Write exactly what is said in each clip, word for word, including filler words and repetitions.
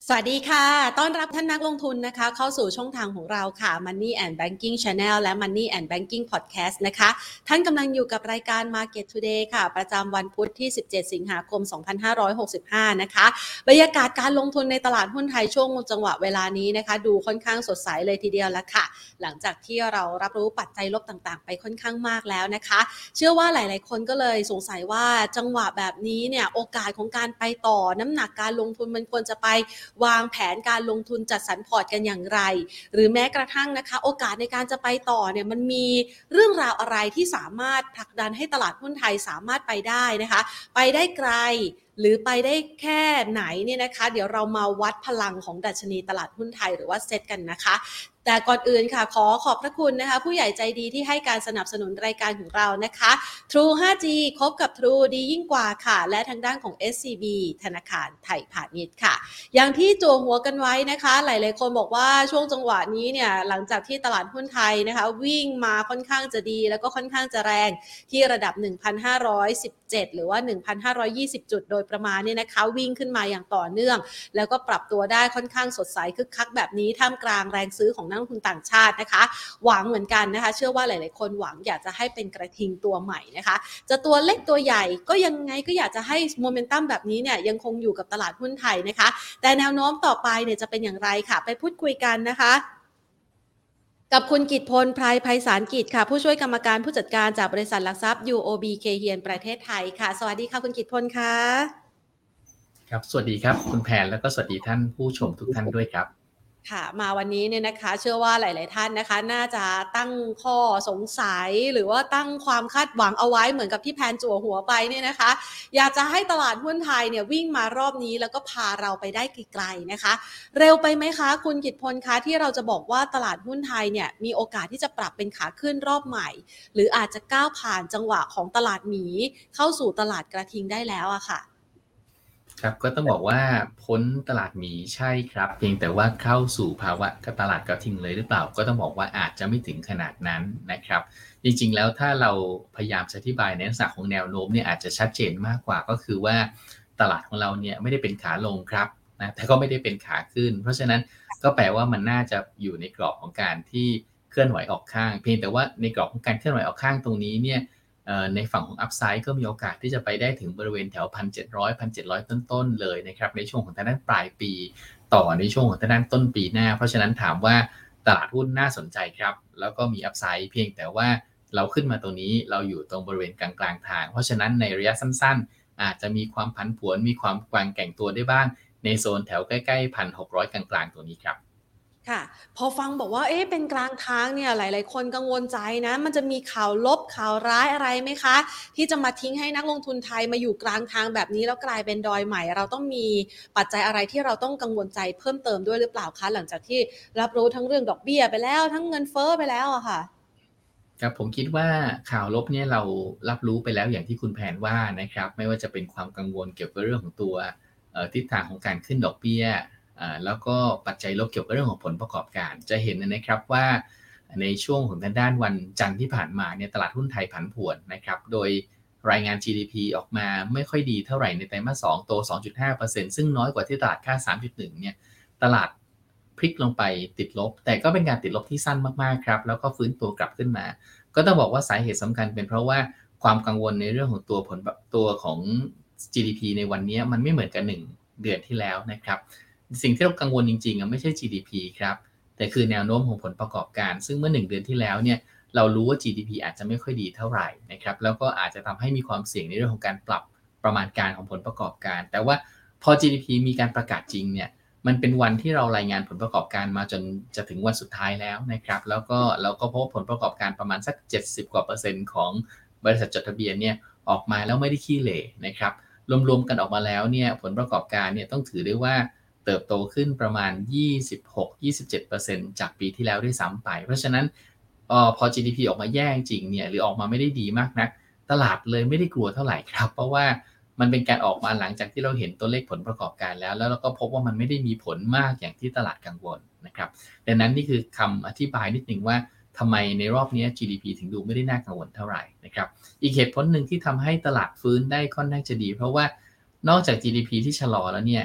สวัสดีค่ะต้อนรับท่านนักลงทุนนะคะเข้าสู่ช่องทางของเราค่ะ Money and Banking Channel และ Money and Banking Podcast นะคะท่านกำลังอยู่กับรายการ Market Today ค่ะประจำวันพุธที่สิบเจ็ดสิงหาคมสองพันห้าร้อยหกสิบห้านะคะบรรยากาศการลงทุนในตลาดหุ้นไทยช่วงจังหวะเวลานี้นะคะดูค่อนข้างสดใสเลยทีเดียวละค่ะหลังจากที่เรารับรู้ปัจจัยลบต่างๆไปค่อนข้างมากแล้วนะคะเชื่อว่าหลายๆคนก็เลยสงสัยว่าจังหวะแบบนี้เนี่ยโอกาสของการไปต่อน้ำหนักการลงทุนมันควรจะไปวางแผนการลงทุนจัดสรรพอร์ตกันอย่างไรหรือแม้กระทั่งนะคะโอกาสในการจะไปต่อเนี่ยมันมีเรื่องราวอะไรที่สามารถผลักดันให้ตลาดหุ้นไทยสามารถไปได้นะคะไปได้ไกลหรือไปได้แค่ไหนเนี่ยนะคะเดี๋ยวเรามาวัดพลังของดัชนีตลาดหุ้นไทยหรือว่าเซ็ตกันนะคะแต่ก่อนอื่นค่ะขอขอบพระคุณนะคะผู้ใหญ่ใจดีที่ให้การสนับสนุนรายการของเรานะคะ True ไฟว์จี คบกับ True ดียิ่งกว่าค่ะและทางด้านของ เอส ซี บี ธนาคารไทยพาณิชย์ค่ะอย่างที่จั่วหัวกันไว้นะคะหลายๆคนบอกว่าช่วงจังหวะนี้เนี่ยหลังจากที่ตลาดหุ้นไทยนะคะวิ่งมาค่อนข้างจะดีแล้วก็ค่อนข้างจะแรงที่ระดับ หนึ่งพันห้าร้อยสิบเจ็ด หรือว่า หนึ่งพันห้าร้อยยี่สิบ จุดโดยประมาณเนี่ยนะคะวิ่งขึ้นมาอย่างต่อเนื่องแล้วก็ปรับตัวได้ค่อนข้างสดใสคึกคักแบบนี้ท่ามกลางแรงซื้อของนักลงทุนต่างชาตินะคะหวังเหมือนกันนะคะเชื่อว่าหลายๆคนหวังอยากจะให้เป็นกระทิงตัวใหม่นะคะจะตัวเล็กตัวใหญ่ก็ยังไงก็อยากจะให้โมเมนตัมแบบนี้เนี่ยยังคงอยู่กับตลาดหุ้นไทยนะคะแต่แนวโน้มต่อไปเนี่ยจะเป็นอย่างไรค่ะไปพูดคุยกันนะคะกับคุณกิตพลไพรไพศาลกิจค่ะผู้ช่วยกรรมการผู้จัดการจากบริษัทหลักทรัพย์ ยู โอ บี เค เฮียนประเทศไทยค่ะสวัสดีค่ะคุณกิตพลค่ะครับสวัสดีครับคุณแผนแล้วก็สวัสดีท่านผู้ชมทุกท่านด้วยครับค่ะมาวันนี้เนี่ยนะคะเชื่อว่าหลายๆท่านนะคะน่าจะตั้งข้อสงสัยหรือว่าตั้งความคาดหวังเอาไว้เหมือนกับที่แพนจั่วหัวไปเนี่ยนะคะอยากจะให้ตลาดหุ้นไทยเนี่ยวิ่งมารอบนี้แล้วก็พาเราไปได้ไกลๆนะคะเร็วไปไหมคะคุณกิตพลคะที่เราจะบอกว่าตลาดหุ้นไทยเนี่ยมีโอกาสที่จะปรับเป็นขาขึ้นรอบใหม่หรืออาจจะก้าวผ่านจังหวะของตลาดหมีเข้าสู่ตลาดกระทิงได้แล้วอะค่ะครับก็ต้องบอกว่าพ้นตลาดหมีใช่ครับเพียงแต่ว่าเข้าสู่ภาวะตลาดกระทิงเลยหรือเปล่าก็ต้องบอกว่าอาจจะไม่ถึงขนาดนั้นนะครับจริงๆแล้วถ้าเราพยายามอธิบายในลักษณะของแนวโน้มเนี่ยอาจจะชัดเจนมากกว่าก็คือว่าตลาดของเราเนี่ยไม่ได้เป็นขาลงครับนะแต่ก็ไม่ได้เป็นขาขึ้นเพราะฉะนั้นก็แปลว่ามันน่าจะอยู่ในกรอบของการที่เคลื่อนไหวออกข้างเพียงแต่ว่าในกรอบของการเคลื่อนไหวออกข้างตรงนี้เนี่ยในฝั่งของอัพไซด์ก็มีโอกาสที่จะไปได้ถึงบริเวณแถว หนึ่งพันเจ็ดร้อย หนึ่งพันเจ็ดร้อย ต้นๆเลยนะครับในช่วงของทางด้านปลายปีต่อในช่วงของทางด้านต้นปีหน้าเพราะฉะนั้นถามว่าตลาดหุ้นน่าสนใจครับแล้วก็มีอัพไซด์เพียงแต่ว่าเราขึ้นมาตรงนี้เราอยู่ตรงบริเวณกลางๆทางเพราะฉะนั้นในระยะสั้นๆอาจจะมีความผันผวนมีความกวางแกว่งตัวได้บ้างในโซนแถวใกล้ๆ หนึ่งพันหกร้อย กลางๆตัวนี้ครับค่ะพอฟังบอกว่าเอ๊ะเป็นกลางทางเนี่ยหลายๆคนกังวลใจนะมันจะมีข่าวลบข่าวร้ายอะไรไหมคะที่จะมาทิ้งให้นักลงทุนไทยมาอยู่กลางทางแบบนี้แล้วกลายเป็นดอยใหม่เราต้องมีปัจจัยอะไรที่เราต้องกังวลใจเพิ่มเติมด้วยหรือเปล่าคะหลังจากที่รับรู้ทั้งเรื่องดอกเบี้ยไปแล้วทั้งเงินเฟ้อไปแล้วอะค่ะครับผมคิดว่าข่าวลบเนี่ยเรารับรู้ไปแล้วอย่างที่คุณแพนว่านะครับไม่ว่าจะเป็นความกังวลเกี่ยวกับเรื่องของตัวทิศทางของการขึ้นดอกเบี้ยแล้วก็ปัจจัยลบเกี่ยวกับเรื่องของผลประกอบการจะเห็นนะครับว่าในช่วงของทางด้านวันจันทร์ที่ผ่านมาเนี่ยตลาดหุ้นไทยผันผวนนะครับโดยรายงาน จี ดี พี ออกมาไม่ค่อยดีเท่าไหร่ในไตรมาสสองโต สองจุดห้าเปอร์เซ็นต์ ซึ่งน้อยกว่าที่ตลาดคาด สามจุดหนึ่ง เนี่ยตลาดพลิกลงไปติดลบแต่ก็เป็นการติดลบที่สั้นมากๆครับแล้วก็ฟื้นตัวกลับขึ้นมาก็ต้องบอกว่าสาเหตุสำคัญเป็นเพราะว่าความกังวลในเรื่องของตัวผลตัวของ จี ดี พี ในวันนี้มันไม่เหมือนกันหนึ่งเดือนที่แล้วนะครับสิ่งที่เรากังวลจริงๆไม่ใช่ จี ดี พี ครับแต่คือแนวโน้มของผลประกอบการซึ่งเมื่อหนึ่งเดือนที่แล้วเนี่ยเรารู้ว่า จี ดี พี อาจจะไม่ค่อยดีเท่าไหร่นะครับแล้วก็อาจจะทำให้มีความเสี่ยงในเรื่องของการปรับประมาณการของผลประกอบการแต่ว่าพอ จี ดี พี มีการประกาศจริงเนี่ยมันเป็นวันที่เรารายงานผลประกอบการมาจนจะถึงวันสุดท้ายแล้วนะครับแล้วก็เราก็พบผลประกอบการประมาณสักเจ็ดสิบกว่าเปอร์เซ็นต์ของบริษัทจดทะเบียนเนี่ยออกมาแล้วไม่ได้ขี้เหร่นะครับรวมๆกันออกมาแล้วเนี่ยผลประกอบการเนี่ยต้องถือได้ว่าเติบโตขึ้นประมาณ ยี่สิบหกถึงยี่สิบเจ็ดเปอร์เซ็นต์ จากปีที่แล้วด้วยซ้ำไปเพราะฉะนั้นพอ จี ดี พี ออกมาแย่จริงเนี่ยหรือออกมาไม่ได้ดีมากนักตลาดเลยไม่ได้กลัวเท่าไหร่ครับเพราะว่ามันเป็นการออกมาหลังจากที่เราเห็นตัวเลขผลประกอบการแล้วแล้วเราก็พบว่ามันไม่ได้มีผลมากอย่างที่ตลาดกังวลนะครับดังนั้นนี่คือคำอธิบายนิดนึงว่าทำไมในรอบนี้ จี ดี พี ถึงดูไม่ได้น่ากังวลเท่าไหร่นะครับอีกเหตุผลหนึ่งที่ทำให้ตลาดฟื้นได้ค่อนข้างจะดีเพราะว่านอกจาก จี ดี พี ที่ชะลอแล้วเนี่ย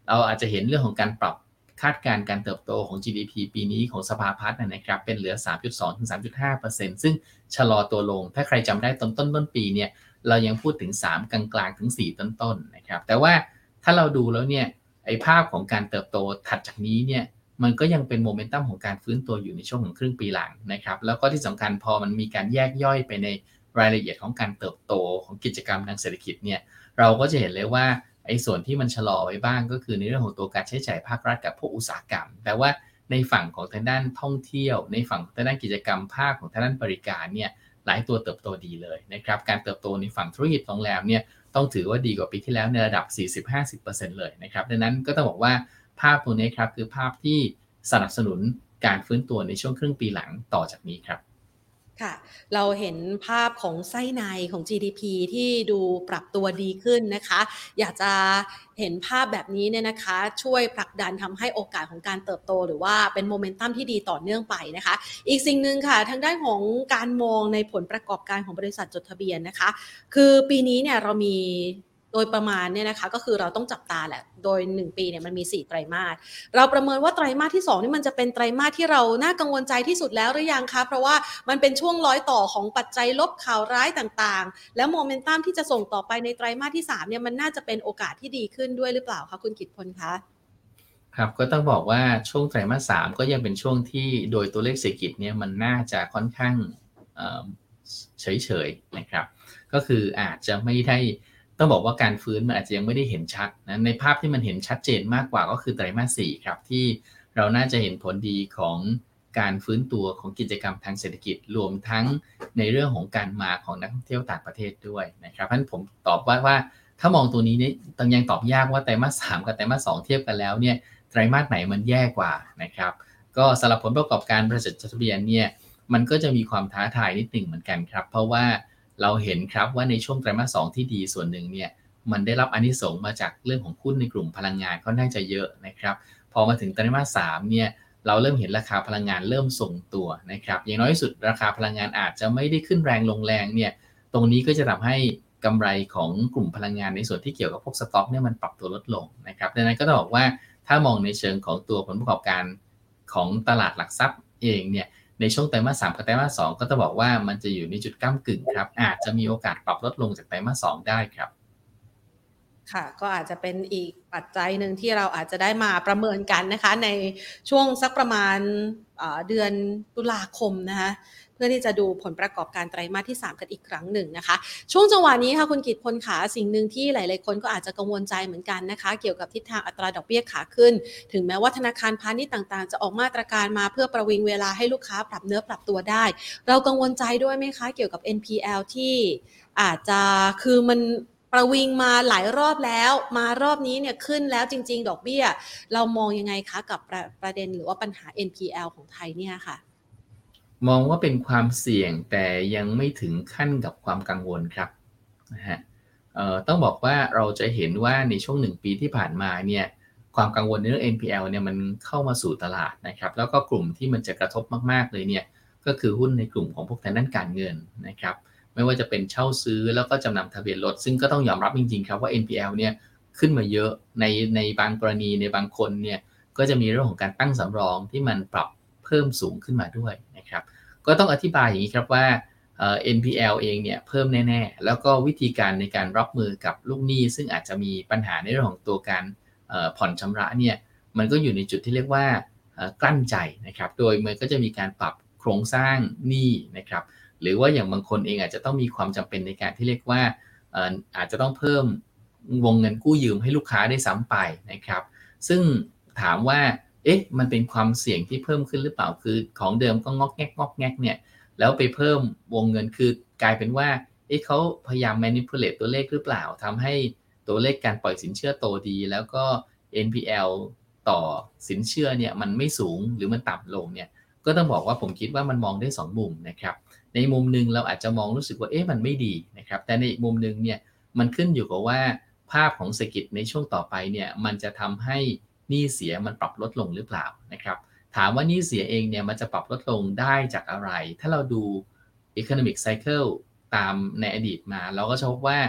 เราอาจจะเห็นเรื่องของการปรับคาดการณ์การเติบโตของ จี ดี พี ปีนี้ของสภาพัฒน์นะครับเป็นเหลือ สามจุดสองถึงสามจุดห้าเปอร์เซ็นต์ ซึ่งชะลอตัวลงถ้าใครจำได้ต้นต้นต้นปีเนี่ยเรายังพูดถึงสามกลางๆถึงสี่ต้นๆ น, นะครับแต่ว่าถ้าเราดูแล้วเนี่ยไอ้ภาพของการเติบโตถัดจากนี้เนี่ยมันก็ยังเป็นโมเมนตัมของการฟื้นตัวอยู่ในช่วงของครึ่งปีหลังนะครับแล้วก็ที่สำคัญพอมันมีการแยกย่อยไปในรายละเอียดของการเติบโตของกิจกรรมทางเศรษฐกิจเนี่ยเราก็จะเห็นเลยว่าไอ้ส่วนที่มันชะลอไว้บ้างก็คือในเรื่องของตัวการใช้จ่ายภาครัฐกับพวกอุตสาหกรรมแต่ว่าในฝั่งของทางด้านท่องเที่ยวในฝั่งของทางด้านกิจกรรมภาคของทางด้านบริการเนี่ยหลายตัวเติบโตดีเลยนะครับการเติบโตในฝั่งธุรกิจโรงแรมเนี่ยต้องถือว่าดีกว่าปีที่แล้วในระดับ สี่สิบถึงห้าสิบเปอร์เซ็นต์ เลยนะครับดังนั้นก็ต้องบอกว่าภาพตัวนี้ครับคือภาพที่สนับสนุนการฟื้นตัวในช่วงครึ่งปีหลังต่อจากนี้ครับค่ะเราเห็นภาพของไส้ในของ จี ดี พี ที่ดูปรับตัวดีขึ้นนะคะอยากจะเห็นภาพแบบนี้เนี่ยนะคะช่วยผลักดันทำให้โอกาสของการเติบโตหรือว่าเป็นโมเมนตัมที่ดีต่อเนื่องไปนะคะอีกสิ่งหนึ่งค่ะทางด้านของการมองในผลประกอบการของบริษัทจดทะเบียนนะคะคือปีนี้เนี่ยเรามีโดยประมาณเนี่ยนะคะก็คือเราต้องจับตาแหละโดยหนึ่งปีเนี่ยมันมีสี่ไตรมาสเราประเมินว่าไตรมาสที่สองนี่มันจะเป็นไตรมาสที่เราน่ากังวลใจที่สุดแล้วหรือยังคะเพราะว่ามันเป็นช่วงร้อยต่อของปัจจัยลบข่าวร้ายต่างๆแล้วโมเมนตัมที่จะส่งต่อไปในไตรมาสที่สามเนี่ยมันน่าจะเป็นโอกาสที่ดีขึ้นด้วยหรือเปล่าคะคุณกิตพลคะครับก็ต้องบอกว่าช่วงไตรมาสสามก็ยังเป็นช่วงที่โดยตัวเลขเศรษฐกิจเนี่ยมันน่าจะค่อนข้างเฉยๆนะครับก็คืออาจจะไม่ได้ต้องบอกว่าการฟื้นมันอาจจะยังไม่ได้เห็นชัดนะในภาพที่มันเห็นชัดเจนมากกว่าก็คือไตรมาสสี่ครับที่เราน่าจะเห็นผลดีของการฟื้นตัวของกิจกรรมทางเศรษฐกิจรวมทั้งในเรื่องของการมาของนักท่องเที่ยวต่างประเทศด้วยนะครับเพราะฉะนั้นผมตอบว่าว่าถ้ามองตัวนี้เนี่ยยังตอบยากว่าไตรมาสสามกับไตรมาสสองเทียบกันแล้วเนี่ยไตรมาสไหนมันแย่กว่านะครับก็สำหรับผลประกอบการบริษัทจดทะเบียนเนี่ยมันก็จะมีความท้าทายนิดหนึ่งเหมือนกันครับเพราะว่าเราเห็นครับว่าในช่วงไตรมาสสองที่ดีส่วนหนึ่งเนี่ยมันได้รับอานิสงส์มาจากเรื่องของหุ้นในกลุ่มพลังงานค่อนข้างจะเยอะนะครับพอมาถึงไตรมาสสามเนี่ยเราเริ่มเห็นราคาพลังงานเริ่มทรงตัวนะครับอย่างน้อยที่สุดราคาพลังงานอาจจะไม่ได้ขึ้นแรงลงแรงเนี่ยตรงนี้ก็จะทำให้กำไรของกลุ่มพลังงานในส่วนที่เกี่ยวกับพวกสต็อกเนี่ยมันปรับตัวลดลงนะครับดังนั้นก็ต้องบอกว่าถ้ามองในเชิงของตัวผลประกอบการของตลาดหลักทรัพย์เองเนี่ยในช่วงไตรมาสสามกับไตรมาสสองก็ต้องบอกว่ามันจะอยู่ในจุดก้ำกึ่งครับอาจจะมีโอกาสปรับลดลงจากไตรมาสสองได้ครับค่ะก็อาจจะเป็นอีกปัจจัยหนึ่งที่เราอาจจะได้มาประเมินกันนะคะในช่วงสักประมาณเดือนตุลาคมนะคะเพื่อที่จะดูผลประกอบการไตรมาสที่สามกันอีกครั้งหนึ่งนะคะช่วงจังหวะนี้ค่ะคุณกิตพลขาสิ่งหนึ่งที่หลายๆคนก็อาจจะกังวลใจเหมือนกันนะคะเกี่ยวกับทิศทางอัตราดอกเบี้ยขาขึ้นถึงแม้ว่าธนาคารพาณิชย์ต่างๆจะออกมาตรการมาเพื่อประวิงเวลาให้ลูกค้าปรับเนื้อปรับตัวได้เรากังวลใจด้วยไหมคะเกี่ยวกับ เอ็น พี แอล ที่อาจจะคือมันประวิงมาหลายรอบแล้วมารอบนี้เนี่ยขึ้นแล้วจริงๆดอกเบี้ยเรามองยังไงคะกับประประเด็นหรือว่าปัญหา เอ็น พี แอล ของไทยเนี่ยค่ะมองว่าเป็นความเสี่ยงแต่ยังไม่ถึงขั้นกับความกังวลครับนะฮะเอ่อต้องบอกว่าเราจะเห็นว่าในช่วงหนึ่งปีที่ผ่านมาเนี่ยความกังวลในเรื่อง เอ็น พี แอล เนี่ยมันเข้ามาสู่ตลาดนะครับแล้วก็กลุ่มที่มันจะกระทบมากๆเลยเนี่ยก็คือหุ้นในกลุ่มของพวกทางด้านการเงินนะครับไม่ว่าจะเป็นเช่าซื้อแล้วก็จำนำทะเบียนรถซึ่งก็ต้องยอมรับจริงๆครับว่า เอ็น พี แอล เนี่ยขึ้นมาเยอะในในบางกรณีในบางคนเนี่ยก็จะมีเรื่องของการตั้งสำรองที่มันปรับเพิ่มสูงขึ้นมาด้วยนะครับก็ต้องอธิบายอย่างนี้ครับว่า เอ่อ เอ็น พี แอล เองเนี่ยเพิ่มแน่ๆแล้วก็วิธีการในการรับมือกับลูกหนี้ซึ่งอาจจะมีปัญหาในเรื่องของตัวการเอ่อผ่อนชำระเนี่ยมันก็อยู่ในจุดที่เรียกว่าเอ่อกลั้นใจนะครับโดยมันก็จะมีการปรับโครงสร้างหนี้นะครับหรือว่าอย่างบางคนเองอาจจะต้องมีความจำเป็นในการที่เรียกว่าเอ่ออาจจะต้องเพิ่มวงเงินกู้ยืมให้ลูกค้าได้ซ้ำไปนะครับซึ่งถามว่าเอ๊ะมันเป็นความเสี่ยงที่เพิ่มขึ้นหรือเปล่าคือของเดิมก็งอกแงกงอกแงกเนี่ยแล้วไปเพิ่มวงเงินคือกลายเป็นว่าเอ๊ะเขาพยายาม manipulate ตัวเลขหรือเปล่าทำให้ตัวเลขการปล่อยสินเชื่อโตดีแล้วก็ เอ็น พี แอล ต่อสินเชื่อเนี่ยมันไม่สูงหรือมันต่ำลงเนี่ยก็ต้องบอกว่าผมคิดว่ามันมองได้สองมุมนะครับในมุมนึงเราอาจจะมองรู้สึกว่าเอ๊ะมันไม่ดีนะครับแต่ในอีกมุมนึงเนี่ยมันขึ้นอยู่กับว่าภาพของเศรษฐกิจในช่วงต่อไปเนี่ยมันจะทำให้หนี้เสียมันปรับลดลงหรือเปล่านะครับถามว่าหนี้เสียเองเนี่ยมันจะปรับลดลงได้จากอะไรถ้าเราดู economic cycle ตามในอดีตมาเราก็จะพบว่า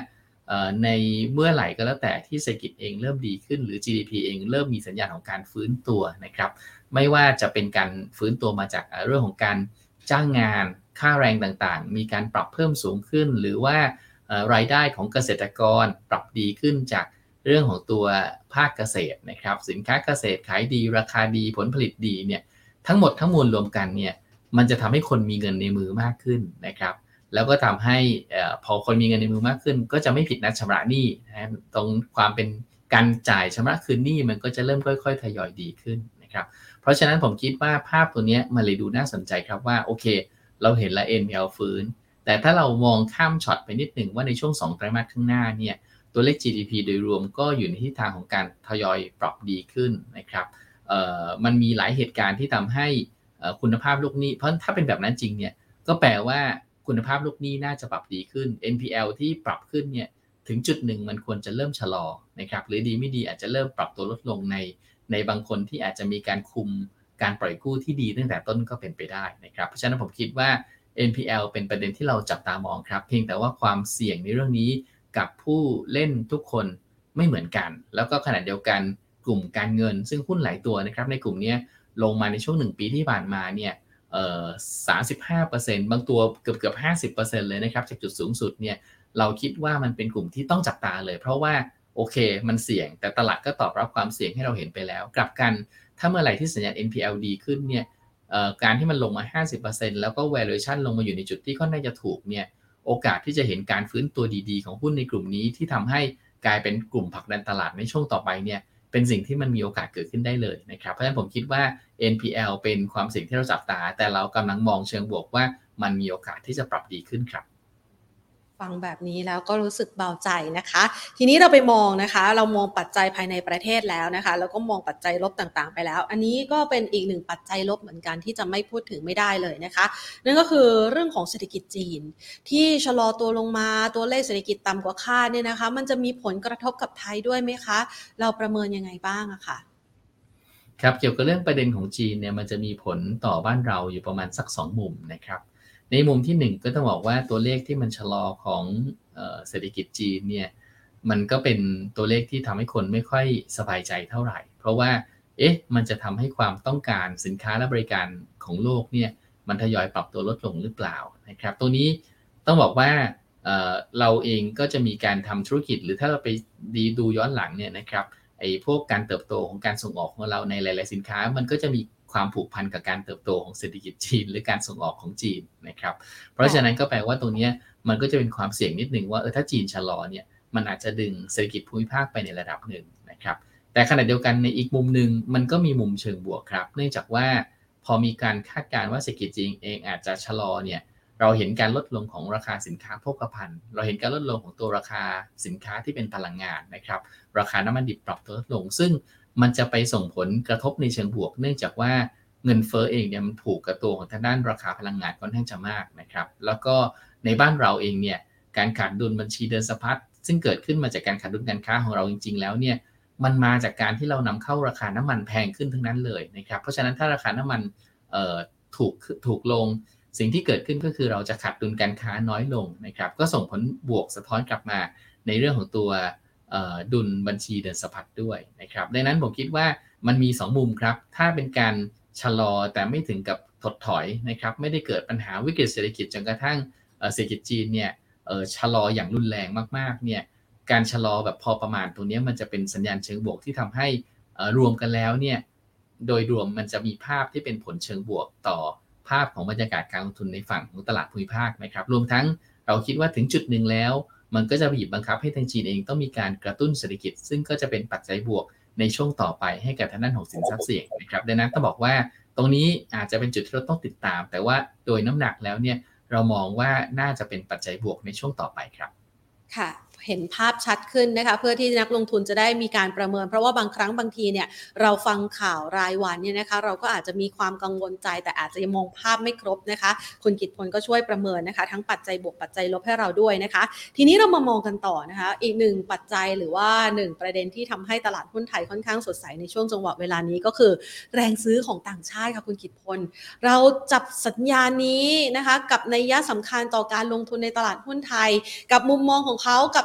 ในเมื่อไหร่ก็แล้วแต่ที่เศรษฐกิจเองเริ่มดีขึ้นหรือ จี ดี พี เองเริ่มมีสัญญาณของการฟื้นตัวนะครับไม่ว่าจะเป็นการฟื้นตัวมาจากเรื่องของการจ้างงานค่าแรงต่างๆมีการปรับเพิ่มสูงขึ้นหรือว่ารายได้ของเกษตรกรปรับดีขึ้นจากเรื่องของตัวภาคเกษตรนะครับสินค้าเกษตรขายดีราคาดีผลผลิตดีเนี่ยทั้งหมดทั้งมวลรวมกันเนี่ยมันจะทำให้คนมีเงินในมือมากขึ้นนะครับแล้วก็ทำให้พอคนมีเงินในมือมากขึ้นก็จะไม่ผิดนัดชำระหนี้นะตรงความเป็นการจ่ายชำระคืนหนี้มันก็จะเริ่มค่อยๆทยอยดีขึ้นนะครับเพราะฉะนั้นผมคิดว่าภาพตัวนี้มันเลยดูน่าสนใจครับว่าโอเคเราเห็นละ เอ็น พี แอล ฟื้นแต่ถ้าเรามองข้ามช็อตไปนิดหนึ่งว่าในช่วงสองไตรมาสข้างหน้าเนี่ยตัวเลข จี ดี พี โดยรวมก็อยู่ในทิศทางของการทยอยปรับดีขึ้นนะครับมันมีหลายเหตุการณ์ที่ทำให้คุณภาพลูกหนี้เพราะถ้าเป็นแบบนั้นจริงเนี่ยก็แปลว่าคุณภาพลูกหนี้น่าจะปรับดีขึ้น เอ็น พี แอล ที่ปรับขึ้นเนี่ยถึงจุดหนึ่งมันควรจะเริ่มชะลอนะครับหรือดีไม่ดีอาจจะเริ่มปรับตัวลดลงในในบางคนที่อาจจะมีการคุมการปล่อยกู้ที่ดีตั้งแต่ต้นก็เป็นไปได้นะครับเพราะฉะนั้นผมคิดว่า เอ็น พี แอล เป็นประเด็นที่เราจับตามองครับเพียงแต่ว่าความเสี่ยงในเรื่องนี้กับผู้เล่นทุกคนไม่เหมือนกันแล้วก็ขณะเดียวกันกลุ่มการเงินซึ่งหุ้นหลายตัวนะครับในกลุ่มนี้ลงมาในช่วงหนึ่งปีที่ผ่านมาเนี่ยเอ่อ สามสิบห้าเปอร์เซ็นต์ บางตัวเกือบๆ ห้าสิบเปอร์เซ็นต์ เลยนะครับจากจุดสูงสุดเนี่ยเราคิดว่ามันเป็นกลุ่มที่ต้องจับตาเลยเพราะว่าโอเคมันเสี่ยงแต่ตลาดก็ตอบรับความเสี่ยงให้เราเห็นไปแล้วกลับกันถ้าเมื่อไหร่ที่สัญญาณ เอ็น พี แอล ดีขึ้นเนี่ยการที่มันลงมา ห้าสิบเปอร์เซ็นต์ แล้วก็ valuation ลงมาอยู่ในจุดที่ค่อนข้างจะถูกเนี่ยโอกาสที่จะเห็นการฟื้นตัวดีๆของหุ้นในกลุ่มนี้ที่ทำให้กลายเป็นกลุ่มผลักดันตลาดในช่วงต่อไปเนี่ยเป็นสิ่งที่มันมีโอกาสเกิดขึ้นได้เลยนะครับเพราะฉะนั้นผมคิดว่า เอ็น พี แอล เป็นความเสี่ยงที่เราจับตาแต่เรากำลังมองเชิงบวกว่ามันมีโอกาสที่จะปรับดีขึ้นครับฟังแบบนี้แล้วก็รู้สึกเบาใจนะคะทีนี้เราไปมองนะคะเรามองปัจจัยภายในประเทศแล้วนะคะแล้วก็มองปัจจัยลบต่างๆไปแล้วอันนี้ก็เป็นอีกหนึ่งปัจจัยลบเหมือนกันที่จะไม่พูดถึงไม่ได้เลยนะคะนั่นก็คือเรื่องของเศรษฐกิจจีนที่ชะลอตัวลงมาตัวเลขเศรษฐกิจต่ำกว่าคาดเนี่ยนะคะมันจะมีผลกระทบกับไทยด้วยไหมคะเราประเมินยังไงบ้างอะค่ะครับเกี่ยวกับเรื่องประเด็นของจีนเนี่ยมันจะมีผลต่อบ้านเราอยู่ประมาณสักสองมุมนะครับในมุมที่หนึ่งก็ต้องบอกว่าตัวเลขที่มันชะลอของเศรษฐกิจจีนเนี่ยมันก็เป็นตัวเลขที่ทำให้คนไม่ค่อยสบายใจเท่าไหร่เพราะว่าเอ๊ะมันจะทำให้ความต้องการสินค้าและบริการของโลกเนี่ยมันทยอยปรับตัวลดลงหรือเปล่านะครับตัวนี้ต้องบอกว่าเราเองก็จะมีการทำธุรกิจหรือถ้าเราไปดีดูย้อนหลังเนี่ยนะครับไอ้พวกการเติบโตของการส่งออกของเราในหลายๆสินค้ามันก็จะมีความผูกพันกับการเติบโตของเศรษฐกิจจีนหรือการส่งออกของจีนนะครับเพราะฉะนั้นก็แปลว่าตรงนี้มันก็จะเป็นความเสี่ยงนิดนึงว่าเออถ้าจีนชะลอเนี่ยมันอาจจะดึงเศรษฐกิจภูมิภาคไปในระดับหนึ่งนะครับแต่ขณะเดียวกันในอีกมุมนึงมันก็มีมุมเชิงบวกครับเนื่องจากว่าพอมีการคาดการณ์ว่าเศรษฐกิจจีนเองอาจจะชะลอเนี่ยเราเห็นการลดลงของราคาสินค้าโภคภัณฑ์เราเห็นการลดลงของตัวราคาสินค้าที่เป็นพลังงานนะครับราคาน้ำมันดิบปรับตัวลดลงซึ่งมันจะไปส่งผลกระทบในเชิงบวกเนื่องจากว่าเงินเฟ้อเองเนี่ยมันผูกกับตัวของทางด้านราคาพลังงานค่อนข้างจะมากนะครับแล้วก็ในบ้านเราเองเนี่ยการขาดดุลบัญชีเดินสะพัดซึ่งเกิดขึ้นมาจากการขาดดุลการค้าของเราจริงๆแล้วเนี่ยมันมาจากการที่เรานำเข้าราคาน้ำมันแพงขึ้นทั้งนั้นเลยนะครับเพราะฉะนั้นถ้าราคาน้ำมันเอ่อถูกถูกลงสิ่งที่เกิดขึ้นก็คือเราจะขาดดุลการค้าน้อยลงนะครับก็ส่งผลบวกสะท้อนกลับมาในเรื่องของตัวดุลบัญชีเดินสะพัดด้วยนะครับดังนั้นผมคิดว่ามันมีสองมุมครับถ้าเป็นการชะลอแต่ไม่ถึงกับถดถอยนะครับไม่ได้เกิดปัญหาวิกฤตเศรษฐกิจจนกระทั่งเศรษฐกิจจีนเนี่ยชะลออย่างรุนแรงมากๆเนี่ยการชะลอแบบพอประมาณตรงนี้มันจะเป็นสัญญาณเชิงบวกที่ทำให้รวมกันแล้วเนี่ยโดยรวมมันจะมีภาพที่เป็นผลเชิงบวกต่อภาพของบรรยากาศการลงทุนในฝั่งของตลาดภูมิภาคนะครับรวมทั้งเราคิดว่าถึงจุดหนึ่งแล้วมันก็จะบีบบังคับให้ทางจีนเองต้องมีการกระตุ้นเศรษฐกิจซึ่งก็จะเป็นปัจจัยบวกในช่วงต่อไปให้กับทางด้านของสินทรัพย์เสี่ยงนะครับดังนั้นต้องบอกว่าตรงนี้อาจจะเป็นจุดที่เราต้องติดตามแต่ว่าโดยน้ำหนักแล้วเนี่ยเรามองว่าน่าจะเป็นปัจจัยบวกในช่วงต่อไปครับค่ะเห็นภาพชัดขึ้นนะคะเพื่อที่นักลงทุนจะได้มีการประเมินเพราะว่าบางครั้งบางทีเนี่ยเราฟังข่าวรายวันเนี่ยนะคะเราก็อาจจะมีความกังวลใจแต่อาจจะยังมองภาพไม่ครบนะคะคุณกิตพลก็ช่วยประเมินนะคะทั้งปัจจัยบวกปัจจัยลบให้เราด้วยนะคะทีนี้เรามามองกันต่อนะคะอีกหนึ่งปัจจัยหรือว่าหนึ่งประเด็นที่ทำให้ตลาดหุ้นไทยค่อนข้างสดใสในช่วงจังหวะเวลานี้ก็คือแรงซื้อของต่างชาติค่ะคุณกิตพลเราจับสัญญาณนี้นะคะกับนัยยะสำคัญต่อการลงทุนในตลาดหุ้นไทยกับมุมมองของเขากับ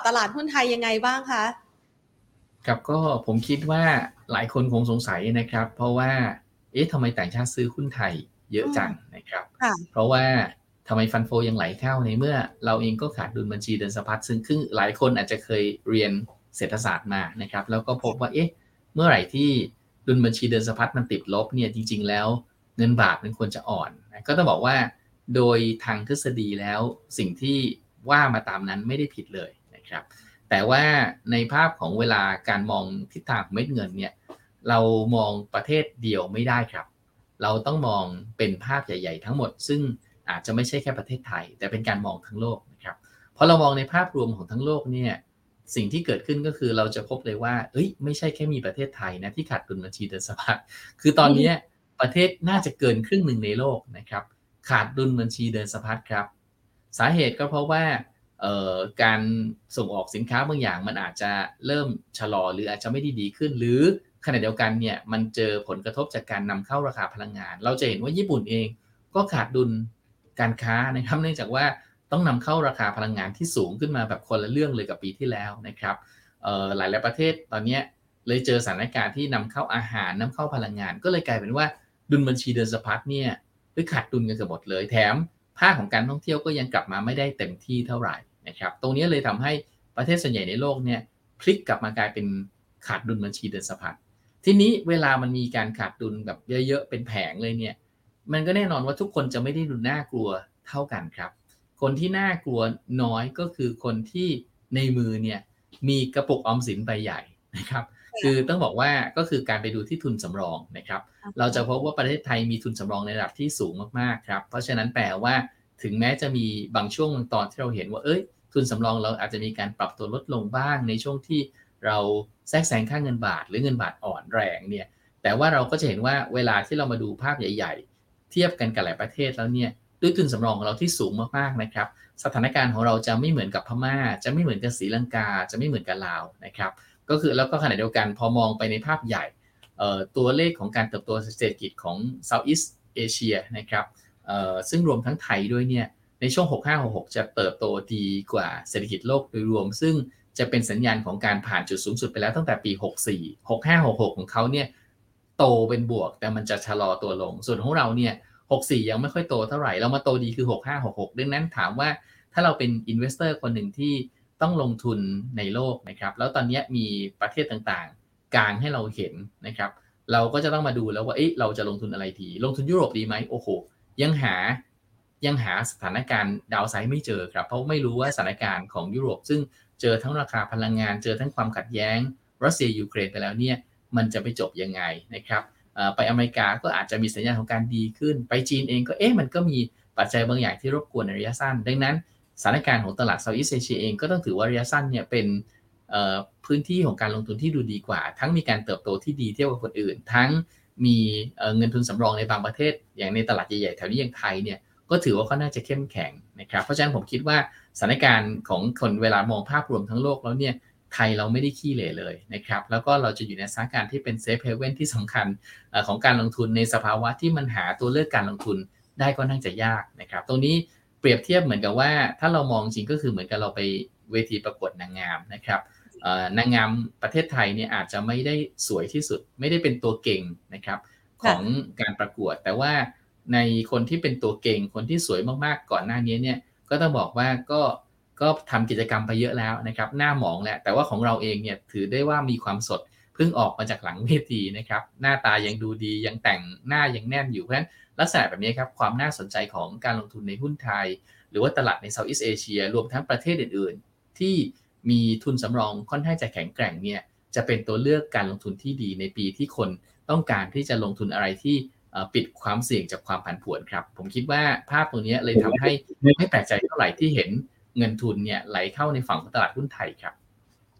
ตลาดหุ้นไทยยังไงบ้างคะครับก็ผมคิดว่าหลายคนคงสงสัยนะครับเพราะว่าเอ๊ะทำไมต่างชาติซื้อหุ้นไทยเยอะจังนะครับเพราะว่าทำไมฟันโฟยังไหลเข้าในเมื่อเราเองก็ขาดดุลบัญชีเดินสะพัดซึ่งซึ่งหลายคนอาจจะเคยเรียนเศรษฐศาสตร์มานะครับแล้วก็พบว่าเอ๊ะเมื่อไหร่ที่ดุลบัญชีเดินสะพัดมันติดลบเนี่ยจริงๆแล้วเงินบาทมันควรจะอ่อนก็ต้องบอกว่าโดยทางทฤษฎีแล้วสิ่งที่ว่ามาตามนั้นไม่ได้ผิดเลยนะครับแต่ว่าในภาพของเวลาการมองทิศทางของเม็ดเงินเนี่ยเรามองประเทศเดียวไม่ได้ครับเราต้องมองเป็นภาพใหญ่ๆทั้งหมดซึ่งอาจจะไม่ใช่แค่ประเทศไทยแต่เป็นการมองทั้งโลกนะครับพอเรามองในภาพรวมของทั้งโลกเนี่ยสิ่งที่เกิดขึ้นก็คือเราจะพบเลยว่าเอ้ยไม่ใช่แค่มีประเทศไทยนะที่ขาดดุลบัญชีเดินสะพัดคือตอนนี้ประเทศน่าจะเกินครึ่งหนึ่งในโลกนะครับขาดดุลบัญชีเดินสะพัดครับสาเหตุก็เพราะว่าการส่งออกสินค้าบางอย่างมันอาจจะเริ่มชะลอหรืออาจจะไม่ได้ดีขึ้นหรือขณะเดียวกันเนี่ยมันเจอผลกระทบจากการนำเข้าราคาพลังงานเราจะเห็นว่าญี่ปุ่นเองก็ขาดดุลการค้านะครับเนื่องจากว่าต้องนำเข้าราคาพลังงานที่สูงขึ้นมาแบบคนละเรื่องเลยกับปีที่แล้วนะครับหลายๆประเทศตอนนี้เลยเจอสถานการณ์ที่นำเข้าอาหารนำเข้าพลังงานก็เลยกลายเป็นว่าดุลบัญชีเดินสะพัดเนี่ยขาดดุลกันเกือบหมดเลยแถมภาคของการท่องเที่ยวก็ยังกลับมาไม่ได้เต็มที่เท่าไหร่นะครับตรงนี้เลยทำให้ประเทศส่วนใหญ่ในโลกเนี่ยพลิกกลับมากลายเป็นขาดดุลบัญชีเดินสะพัดทีนี้เวลามันมีการขาดดุลแบบเยอะๆเป็นแผงเลยเนี่ยมันก็แน่นอนว่าทุกคนจะไม่ได้ดูน่ากลัวเท่ากันครับคนที่น่ากลัวน้อยก็คือคนที่ในมือเนี่ยมีกระปุกออมสินใบใหญ่นะครับคือต้องบอกว่าก็คือการไปดูที่ทุนสำรองนะครับเราจะพบว่าประเทศไทยมีทุนสำรองในระดับที่สูงมากๆครับเพราะฉะนั้นแปลว่าถึงแม้จะมีบางช่วงบางตอนที่เราเห็นว่าเอ้ยทุนสำรองเราอาจจะมีการปรับตัวลดลงบ้างในช่วงที่เราแทรกแซงค่าเงินบาทหรือเงินบาทอ่อนแรงเนี่ยแต่ว่าเราก็จะเห็นว่าเวลาที่เรามาดูภาพใหญ่ๆเทียบกันกับหลายประเทศแล้วเนี่ยด้วยทุนสำรองของเราที่สูงมากๆนะครับสถานการณ์ของเราจะไม่เหมือนกับพม่าจะไม่เหมือนกับศรีลังกาจะไม่เหมือนกับลาวนะครับก็คือแล้วก็ขณะเดียวกันพอมองไปในภาพใหญ่ตัวเลขของการเติบโตเศรษฐกิจของ Southeast Asia นะครับซึ่งรวมทั้งไทยด้วยเนี่ยในช่วงหกสิบห้า หกสิบหกจะเติบโตดีกว่าเศรษฐกิจโลกโดยรวมซึ่งจะเป็นสัญญาณของการผ่านจุดสูงสุดไปแล้วตั้งแต่ปีหกสิบสี่ หกสิบห้า หกสิบหกของเขาเนี่ยโตเป็นบวกแต่มันจะชะลอตัวลงส่วนของเราเนี่ยหกสิบสี่ยังไม่ค่อยโตเท่าไหร่เรามาโตดีคือหกสิบห้า หกสิบหกดังนั้นถามว่าถ้าเราเป็นอินเวสเตอร์คนหนึ่งที่ต้องลงทุนในโลกนะครับแล้วตอนนี้มีประเทศต่างๆกลางให้เราเห็นนะครับเราก็จะต้องมาดูแล้วว่าเอ๊ะเราจะลงทุนอะไรดีลงทุนยุโรปดีไหมโอ้โหยังหายังหาสถานการณ์ดาวไซด์ไม่เจอครับเพราะไม่รู้ว่าสถานการณ์ของยุโรปซึ่งเจอทั้งราคาพลังงานเจอทั้งความขัดแย้งรัสเซียยูเครนไปแล้วเนี่ยมันจะไปจบยังไงนะครับไปอเมริกาก็อาจจะมีสัญญาณของการดีขึ้นไปจีนเองก็เอ๊ะมันก็มีปัจจัยบางอย่างที่รบกวนในระยะสั้นดังนั้นสถานการณ์ของตลาดเซาท์อีสต์เอเชียเองก็ต้องถือว่าระยะสั้นเนี่ยเป็นพื้นที่ของการลงทุนที่ดูดีกว่าทั้งมีการเติบโตที่ดีเทียบกับคนอื่นทั้งมีเงินทุนสำรองในบางประเทศอย่างในตลาดใหญ่ๆแถวนี้อย่างไทยเนี่ยก็ถือว่าเขาน่าจะเข้มแข็งนะครับเพราะฉะนั้นผมคิดว่าสถานการณ์ของคนเวลามองภาพรวมทั้งโลกแล้วเนี่ยไทยเราไม่ได้ขี้เหร่เลยนะครับแล้วก็เราจะอยู่ในสถานการณ์ที่เป็นเซฟเฮเว่นที่สำคัญของการลงทุนในสภาวะที่มันหาตัวเลือกการลงทุนได้ก็น่าจะยากนะครับตรงนี้เปรียบเทียบเหมือนกับว่าถ้าเรามองจริงก็คือเหมือนกับเราไปเวทีประกวดนางงามนะครับนางงามประเทศไทยเนี่ยอาจจะไม่ได้สวยที่สุดไม่ได้เป็นตัวเก่งนะครับของการประกวดแต่ว่าในคนที่เป็นตัวเก่งคนที่สวยมากๆก่อนหน้านี้เนี่ยก็ต้องบอกว่าก็ก็ทำกิจกรรมไปเยอะแล้วนะครับหน้าหมองแล้วแต่ว่าของเราเองเนี่ยถือได้ว่ามีความสดเพิ่งออกมาจากหลังเวทีนะครับหน้าตายังดูดียังแต่งหน้ายังแน่นอยู่เพราะฉะนั้นลักษณะแบบนี้ครับความน่าสนใจของการลงทุนในหุ้นไทยหรือว่าตลาดในเซาท์อีสต์เอเชียรวมทั้งประเทศอื่นๆที่มีทุนสำรองค่อนข้างจะแข็งแกร่งเนี่ยจะเป็นตัวเลือกการลงทุนที่ดีในปีที่คนต้องการที่จะลงทุนอะไรที่ปิดความเสี่ยงจากความผันผวนครับผมคิดว่าภาพตรงนี้เลยทำให้ไม่แปลกใจเท่าไหร่ที่เห็นเงินทุนเนี่ยไหลเข้าในฝั่งของตลาดหุ้นไทยครับ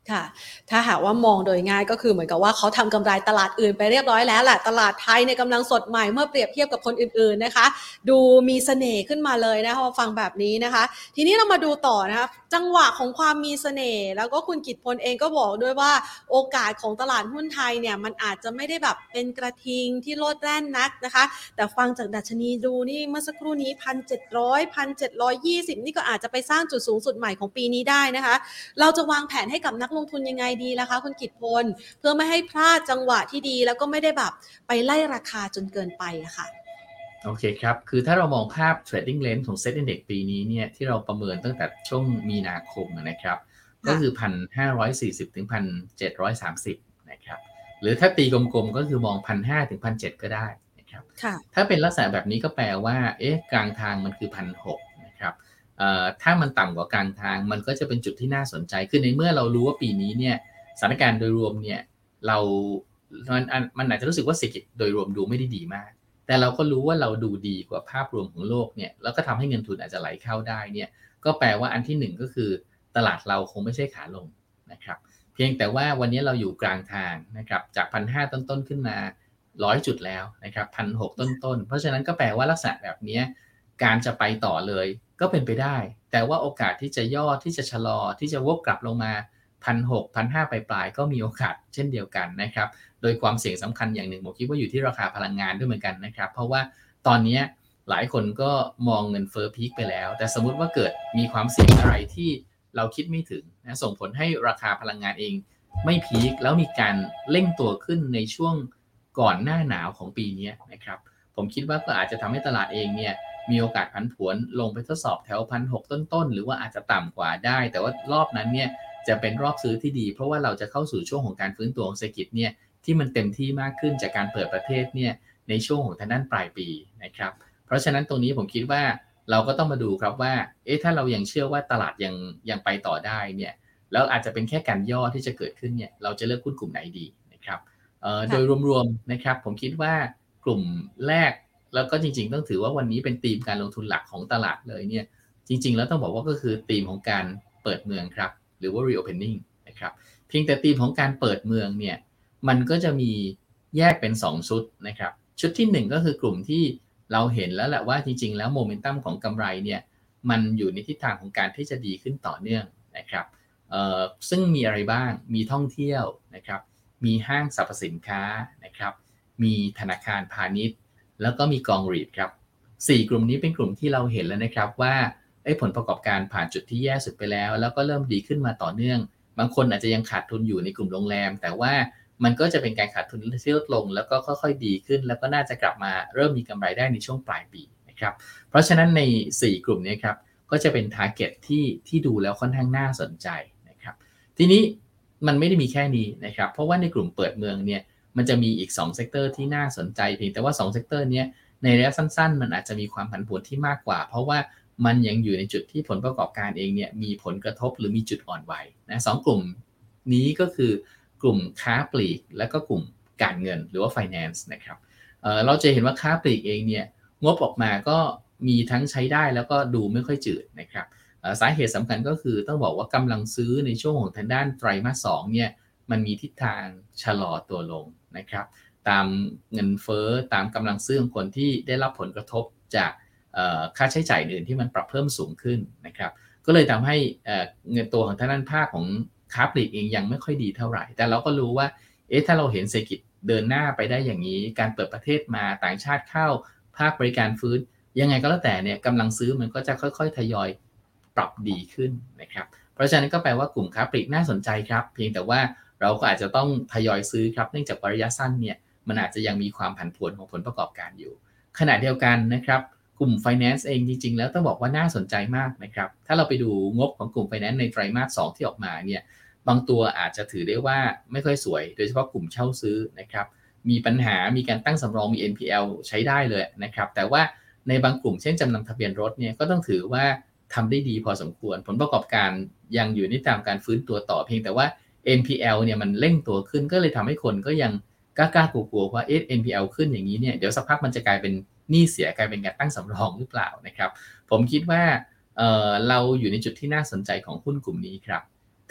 ค่ะถ้าหากว่ามองโดยง่ายก็คือเหมือนกับว่าเขาทำกำไรตลาดอื่นไปเรียบร้อยแล้วแหละตลาดไทยเนี่ยกำลังสดใหม่เมื่อเปรียบเทียบกับคนอื่นๆนะคะดูมีเสน่ห์ขึ้นมาเลยนะคะพอฟังแบบนี้นะคะทีนี้เรามาดูต่อนะคะจังหวะของความมีเสน่ห์แล้วก็คุณกิตพลเองก็บอกด้วยว่าโอกาสของตลาดหุ้นไทยเนี่ยมันอาจจะไม่ได้แบบเป็นกระทิงที่โลดแล่นนักนะคะแต่ฟังจากดัชนีดูนี่เมื่อสักครู่นี้ หนึ่งพันเจ็ดร้อย หนึ่งพันเจ็ดร้อยยี่สิบ นี่ก็อาจจะไปสร้างจุดสูงสุดใหม่ของปีนี้ได้นะคะเราจะวางแผนให้กับนักลงทุนยังไงดีล่ะคะคุณกิตพลเพื่อไม่ให้พลาดจังหวะที่ดีแล้วก็ไม่ได้แบบไปไล่ราคาจนเกินไปอะค่ะโอเคครับคือถ้าเรามองภาพ Trading Range ของ Set Index ปีนี้เนี่ยที่เราประเมินตั้งแต่ช่วงมีนาคมนะครับก็คือ หนึ่งพันห้าร้อยสี่สิบ ถึง หนึ่งพันเจ็ดร้อยสามสิบ นะครับหรือถ้าตีกลมๆก็คือมอง หนึ่งพันห้าร้อย ถึง หนึ่งพันเจ็ดร้อย ก็ได้นะครับถ้าเป็นลักษณะแบบนี้ก็แปลว่าเอ๊ะกลางทางมันคือ หนึ่งพันหกร้อย นะครับเอ่อถ้ามันต่ำกว่ากลางทางมันก็จะเป็นจุดที่น่าสนใจคือในเมื่อเรารู้ว่าปีนี้เนี่ยสถานการณ์โดยรวมเนี่ยเรามันมันอาจจะรู้สึกว่าเศรษฐกิจโดยรวมดูไม่ได้ดีมากแต่เราก็รู้ว่าเราดูดีกว่าภาพรวมของโลกเนี่ยแล้วก็ทำให้เงินทุนอาจจะไหลเข้าได้เนี่ยก็แปลว่าอันที่หนึ่งก็คือตลาดเราคงไม่ใช่ขาลงนะครับเพียงแต่ว่าวันนี้เราอยู่กลางทางนะครับจาก หนึ่งพันห้าร้อย ต้นๆขึ้นมาหนึ่งร้อยจุดแล้วนะครับ หนึ่งพันหกร้อย ต้นๆเพราะฉะนั้นก็แปลว่าลักษณะแบบนี้การจะไปต่อเลยก็เป็นไปได้แต่ว่าโอกาสที่จะย่อที่จะชะลอที่จะวกกลับลงมา หนึ่งพันหกร้อย หนึ่งพันห้าร้อย ปลายๆก็มีโอกาสเช่นเดียวกันนะครับโดยความเสี่ยงสำคัญอย่างหนึ่งผมคิดว่าอยู่ที่ราคาพลังงานด้วยเหมือนกันนะครับเพราะว่าตอนนี้หลายคนก็มองเงินเฟ้อพีคไปแล้วแต่สมมุติว่าเกิดมีความเสี่ยงอะไรที่เราคิดไม่ถึงนะส่งผลให้ราคาพลังงานเองไม่พีคแล้วมีการเร่งตัวขึ้นในช่วงก่อนหน้าหนาวของปีนี้นะครับผมคิดว่าก็อาจจะทำให้ตลาดเองเนี่ยมีโอกาสผันผวนลงไปทดสอบแถว หนึ่งพันหกร้อย ต้นๆหรือว่าอาจจะต่ำกว่าได้แต่ว่ารอบนั้นเนี่ยจะเป็นรอบซื้อที่ดีเพราะว่าเราจะเข้าสู่ช่วงของการฟื้นตัวของเศรษฐกิจเนี่ยที่มันเต็มที่มากขึ้นจากการเปิดประเทศเนี่ยในช่วงของทางด้านปลายปีนะครับเพราะฉะนั้นตรงนี้ผมคิดว่าเราก็ต้องมาดูครับว่าเอ๊ะถ้าเรายังเชื่อว่าตลาดยังยังไปต่อได้เนี่ยแล้วอาจจะเป็นแค่การย่อที่จะเกิดขึ้นเนี่ยเราจะเลือกหุ้นกลุ่มไหนดีนะครับเอ่อโดยรวมๆนะครับผมคิดว่ากลุ่มแรกแล้วก็จริงๆต้องถือว่าวันนี้เป็นธีมการลงทุนหลักของตลาดเลยเนี่ยจริงๆแล้วต้องบอกว่าก็คือธีมของการเปิดเมืองครับหรือว่า reopening นะครับเพียงแต่ธีมของการเปิดเมืองเนี่ยมันก็จะมีแยกเป็นสองชุดนะครับชุดที่หนึ่งก็คือกลุ่มที่เราเห็นแล้วแหละว่าจริงๆแล้วโมเมนตัมของกำไรเนี่ยมันอยู่ในทิศทางของการที่จะดีขึ้นต่อเนื่องนะครับเอ่อซึ่งมีอะไรบ้างมีท่องเที่ยวนะครับมีห้างสรรพสินค้านะครับมีธนาคารพาณิชย์แล้วก็มีกองรีทครับสี่กลุ่มนี้เป็นกลุ่มที่เราเห็นแล้วนะครับว่าผลประกอบการผ่านจุดที่แย่สุดไปแล้วแล้วก็เริ่มดีขึ้นมาต่อเนื่องบางคนอาจจะยังขาดทุนอยู่ในกลุ่มโรงแรมแต่ว่ามันก็จะเป็นการขาดทุนที่ลดลงแล้วก็ค่อยๆดีขึ้นแล้วก็น่าจะกลับมาเริ่มมีกำไรได้ในช่วงปลายปีนะครับเพราะฉะนั้นในสี่กลุ่มนี้ครับก็จะเป็น target ที่ที่ดูแล้วค่อนข้างน่าสนใจนะครับทีนี้มันไม่ได้มีแค่นี้นะครับเพราะว่าในกลุ่มเปิดเมืองเนี่ยมันจะมีอีกสองเซกเตอร์ที่น่าสนใจเพียงแต่ว่าสองเซกเตอร์นี้ในระยะสั้นๆมันอาจจะมีความผันผวนที่มากกว่าเพราะว่ามันยังอยู่ในจุดที่ผลประกอบการเองเนี่ยมีผลกระทบหรือมีจุดอ่อนไหวนะสองกลุ่มนี้ก็คือกลุ่มค้าปลีกและก็กลุ่มการเงินหรือว่า finance นะครับ เอ่อเราจะเห็นว่าค้าปลีกเองเนี่ยงบออกมาก็มีทั้งใช้ได้แล้วก็ดูไม่ค่อยจืดนะครับสาเหตุสำคัญก็คือต้องบอกว่ากำลังซื้อในช่วงของทางด้านไตรมาสสองเนี่ยมันมีทิศทางชะลอตัวลงนะครับตามเงินเฟ้อตามกำลังซื้อของคนที่ได้รับผลกระทบจากค่าใช้จ่ายอื่นที่มันปรับเพิ่มสูงขึ้นนะครับก็เลยทำให้เงินตัวของทางด้านภาคของค้าปลีกเองยังไม่ค่อยดีเท่าไหร่แต่เราก็รู้ว่าเอ๊ะถ้าเราเห็นเศรษฐกิจเดินหน้าไปได้อย่างนี้การเปิดประเทศมาต่างชาติเข้าภาคบริการฟื้นยังไงก็แล้วแต่เนี่ยกำลังซื้อมันก็จะค่อยๆทยอยปรับดีขึ้นนะครับเพราะฉะนั้นก็แปลว่ากลุ่มค้าปลีกน่าสนใจครับเพียงแต่ว่าเราก็อาจจะต้องทยอยซื้อครับเนื่องจากระยะสั้นเนี่ยมันอาจจะยังมีความผันผวนของผลประกอบการอยู่ขณะเดียวกันนะครับกลุ่ม finance เองจริงๆแล้วต้องบอกว่าน่าสนใจมากนะครับถ้าเราไปดูงบของกลุ่ม finance ในไตรมาสสองที่ออกมาเนี่ยบางตัวอาจจะถือได้ว่าไม่ค่อยสวยโดยเฉพาะกลุ่มเช่าซื้อนะครับมีปัญหามีการตั้งสำรองมี เอ็น พี แอล ใช้ได้เลยนะครับแต่ว่าในบางกลุ่มเช่นจำนำทะเบียนรถเนี่ยก็ต้องถือว่าทำได้ดีพอสมควรผลประกอบการยังอยู่ในตามการฟื้นตัวต่อเพียงแต่ว่า เอ็น พี แอล เนี่ยมันเร่งตัวขึ้นก็เลยทำให้คนก็ยังกล้าๆกลัวๆว่าเอ๊ะ เอ็น พี แอล ขึ้นอย่างนี้เนี่ยเดี๋ยวสักพักมันจะกลายเป็นหนี้เสียกลายเป็นการตั้งสำรองหรือเปล่านะครับผมคิดว่าเอ่อเราอยู่ในจุดที่น่าสนใจของหุ้นกลุ่มนี้ครับถ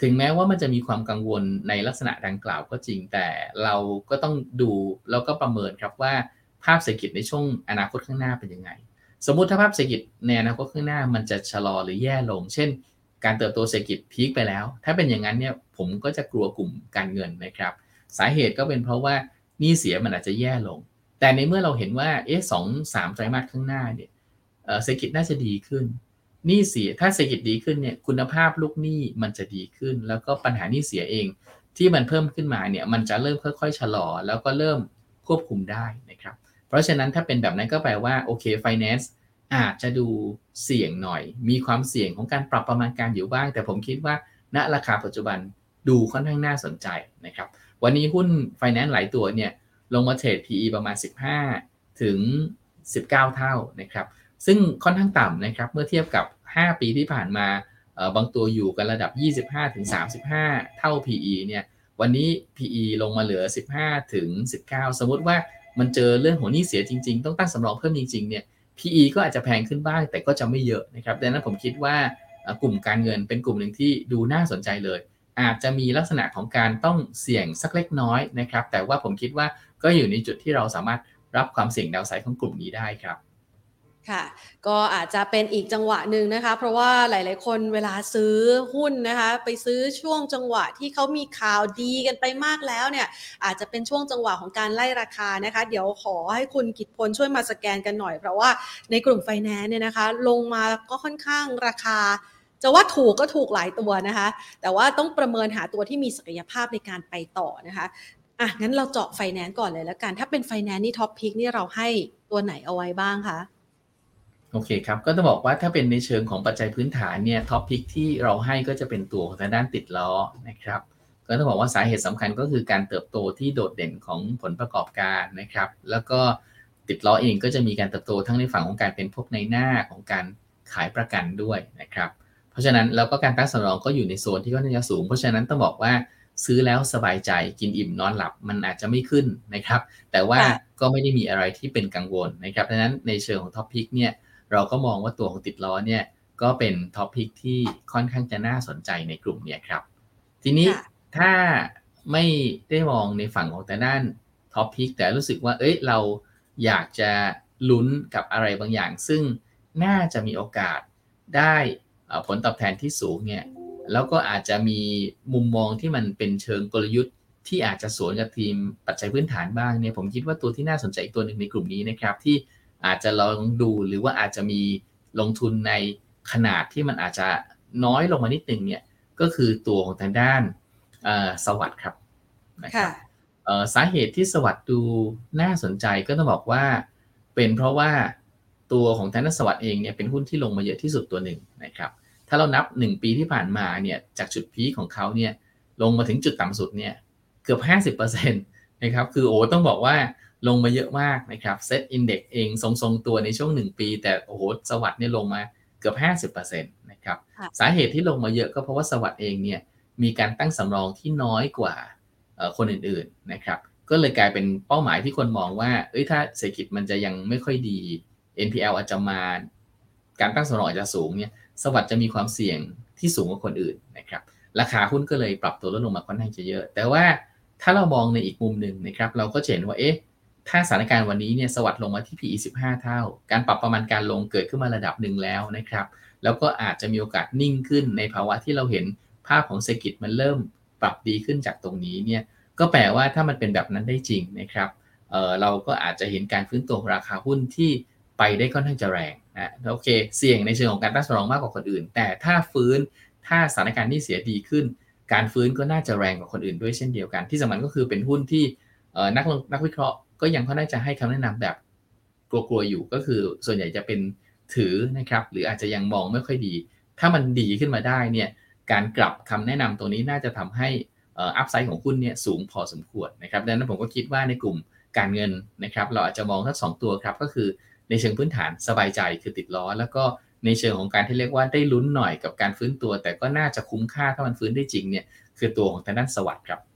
ถึงแม้ว่ามันจะมีความกังวลในลักษณะดังกล่าวก็จริงแต่เราก็ต้องดูแล้วก็ประเมินครับว่าภาพเศรษฐกิจในช่วงอนาคตข้างหน้าเป็นยังไงสมมุติถ้าภาพเศรษฐกิจในอนาคตข้างหน้ามันจะชะลอหรือแย่ลงเช่นการเติบโตเศรษฐกิจพีคไปแล้วถ้าเป็นอย่างนั้นเนี่ยผมก็จะกลัวกลุ่มการเงินนะครับสาเหตุก็เป็นเพราะว่าหนี้เสียมันอาจจะแย่ลงแต่ในเมื่อเราเห็นว่าเอ๊ะ สองถึงสาม ไตรมาสข้างหน้าเนี่ยเอ่อเศรษฐกิจน่าจะดีขึ้นหนี้เสียถ้าเศรษฐกิจดีขึ้นเนี่ยคุณภาพลูกหนี้มันจะดีขึ้นแล้วก็ปัญหาหนี้เสียเองที่มันเพิ่มขึ้นมาเนี่ยมันจะเริ่มค่อยๆชะลอแล้วก็เริ่มควบคุมได้นะครับเพราะฉะนั้นถ้าเป็นแบบนั้นก็แปลว่าโอเค Finance อาจจะดูเสี่ยงหน่อยมีความเสี่ยงของการปรับประมาณการอยู่บ้างแต่ผมคิดว่าณราคาปัจจุบันดูค่อนข้างน่าสนใจนะครับวันนี้หุ้น Finance หลายตัวเนี่ยลงมาเทรด พี อี ประมาณสิบห้าถึงสิบเก้าเท่านะครับซึ่งค่อนข้างต่ำนะครับเมื่อเทียบกับห้าปีที่ผ่านมาเอ่อบางตัวอยู่กันระดับ ยี่สิบห้าถึงสามสิบห้า เท่า พี อี เนี่ยวันนี้ พี อี ลงมาเหลือสิบห้าถึงสิบเก้าสมมุติว่ามันเจอเรื่องของหนี้เสียจริงๆต้องตั้งสำรองเพิ่มจริงๆเนี่ย พี อี ก็อาจจะแพงขึ้นบ้างแต่ก็จะไม่เยอะนะครับดังนั้นผมคิดว่ากลุ่มการเงินเป็นกลุ่มหนึ่งที่ดูน่าสนใจเลยอาจจะมีลักษณะของการต้องเสี่ยงสักเล็กน้อยนะครับแต่ว่าผมคิดว่าก็อยู่ในจุดที่เราสามารถรับความเสี่ยงดาวไซด์ของกลุ่มนี้ได้ครับค่ะก็อาจจะเป็นอีกจังหวะหนึ่งนะคะเพราะว่าหลายๆคนเวลาซื้อหุ้นนะคะไปซื้อช่วงจังหวะที่เขามีข่าวดีกันไปมากแล้วเนี่ยอาจจะเป็นช่วงจังหวะของการไล่ราคานะคะเดี๋ยวขอให้คุณกิตพลช่วยมาสแกนกันหน่อยเพราะว่าในกลุ่มไฟแนนซ์เนี่ยนะคะลงมาก็ค่อนข้างราคาจะว่าถูกก็ถูกหลายตัวนะคะแต่ว่าต้องประเมินหาตัวที่มีศักยภาพในการไปต่อนะคะอ่ะงั้นเราเจาะไฟแนนซ์ก่อนเลยแล้วกันถ้าเป็นไฟแนนซ์นี่ท็อปพิกนี่เราให้ตัวไหนเอาไว้บ้างคะโอเคครับก็ต้องบอกว่าถ้าเป็นในเชิงของปัจจัยพื้นฐานเนี่ยท็อปพิกที่เราให้ก็จะเป็นตัวของทางด้านติดล้อนะครับก็ต้องบอกว่าสาเหตุสำคัญก็คือการเติบโตที่โดดเด่นของผลประกอบการนะครับแล้วก็ติดล้อเองก็จะมีการเติบโตทั้งในฝั่งของการเป็นพวกในหน้าของการขายประกันด้วยนะครับเพราะฉะนั้นแล้วก็การตั้งสำรองก็อยู่ในโซนที่ค่อนข้างจะสูงเพราะฉะนั้นต้องบอกว่าซื้อแล้วสบายใจกินอิ่มนอนหลับมันอาจจะไม่ขึ้นนะครับแต่ว่าก็ไม่ได้มีอะไรที่เป็นกังวลนะครับดังนั้นในเชิงของท็อปพิกเนี่ยเราก็มองว่าตัวของติดล้อเนี่ยก็เป็นท็อปพิกที่ค่อนข้างจะน่าสนใจในกลุ่มนี้ครับทีนี้ถ้าไม่ได้มองในฝั่งของแต่ด้านท็อปพิกแต่รู้สึกว่าเอ้ยเราอยากจะลุ้นกับอะไรบางอย่างซึ่งน่าจะมีโอกาสได้ผลตอบแทนที่สูงเนี่ยแล้วก็อาจจะมีมุมมองที่มันเป็นเชิงกลยุทธ์ที่อาจจะสวนกับทีมปัจจัยพื้นฐานบ้างเนี่ยผมคิดว่าตัวที่น่าสนใจอีกตัวหนึ่งในกลุ่มนี้นะครับที่อาจจะลองดูหรือว่าอาจจะมีลงทุนในขนาดที่มันอาจจะน้อยลงมานิดนึงเนี่ยก็คือตัวของทางด้านสวัสดิ์ครับนะครับสาเหตุที่สวัสดิ์ดูน่าสนใจก็ต้องบอกว่าเป็นเพราะว่าตัวของทางด้านสวัสดิ์เองเนี่ยเป็นหุ้นที่ลงมาเยอะที่สุดตัวหนึ่งนะครับถ้าเรานับหนึ่งปีที่ผ่านมาเนี่ยจากจุดพีคของเขาเนี่ยลงมาถึงจุดต่ำสุดเนี่ยเกือบ ห้าสิบเปอร์เซ็นต์ นะครับคือโอ้ต้องบอกว่าลงมาเยอะมากนะครับเซ็ตอินเด็กซ์เองทรงๆตัวในช่วงหนึ่งปีแต่โอ้โหสวัสดิ์เนี่ยลงมาเกือบ ห้าสิบเปอร์เซ็นต์ นะครับสาเหตุที่ลงมาเยอะก็เพราะว่าสวัสดิ์เองเนี่ยมีการตั้งสำรองที่น้อยกว่าคนอื่นๆนะครับก็เลยกลายเป็นเป้าหมายที่คนมองว่าเอ้ยถ้าเศรษฐกิจมันจะยังไม่ค่อยดี เอ็น พี แอล อาจจะมาการตั้งสำรองอาจจะสูงเนี่ยสวัสดิ์จะมีความเสี่ยงที่สูงกว่าคนอื่นนะครับราคาหุ้นก็เลยปรับตัวลดลงมาค่อนข้างจะเยอะแต่ว่าถ้าเรามองในอีกมุมหนึ่งนะครับเราก็เห็นว่าเอ๊ะถ้าสถานการณ์วันนี้เนี่ยสวัสดิ์ลงมาที่ พี อี สิบห้าเท่าการปรับประมาณการลงเกิดขึ้นมาระดับหนึ่งแล้วนะครับแล้วก็อาจจะมีโอกาสนิ่งขึ้นในภาวะที่เราเห็นภาพของเศรษฐกิจมันเริ่มปรับดีขึ้นจากตรงนี้เนี่ยก็แปลว่าถ้ามันเป็นแบบนั้นได้จริงนะครับ เอ่อเราก็อาจจะเห็นการฟื้นตัวของราคาหุ้นที่ไปได้ค่อนข้างจะแรงนะโอเคเสี่ยงในเชิงของการตั้งสำรองมากกว่าคนอื่นแต่ถ้าฟื้นถ้าสถานการณ์ที่เสียดีขึ้นการฟื้นก็น่าจะแรงกว่าคนอื่นด้วยเช่นเดียวกันที่สำคัญก็คือเป็นหุ้นที่เอ่อนักนักวิเคราะห์ก็ยังค่อนข้างจะให้คำแนะนำแบบกลัวๆอยู่ก็คือส่วนใหญ่จะเป็นถือนะครับหรืออาจจะยังมองไม่ค่อยดีถ้ามันดีขึ้นมาได้เนี่ยการกลับคำแนะนำตัวนี้น่าจะทำให้เอ่ออัพไซด์ของหุ้นเนี่ยสูงพอสมควรนะครับดังนั้นผมก็คิดว่าในกลุ่มการเงินนะครับเราอาจจะมองทั้งสองตัวครับก็คือในเชิงพื้นฐานสบายใจคือติดล้อแล้วก็ในเชิงของการที่เรียกว่าได้ลุ้นหน่อยกับการฟื้นตัวแต่ก็น่าจะคุ้มค่าถ้ามันฟื้นได้จริงเนี่ยคือตัวของทางด้านสวัสดิ์ครับ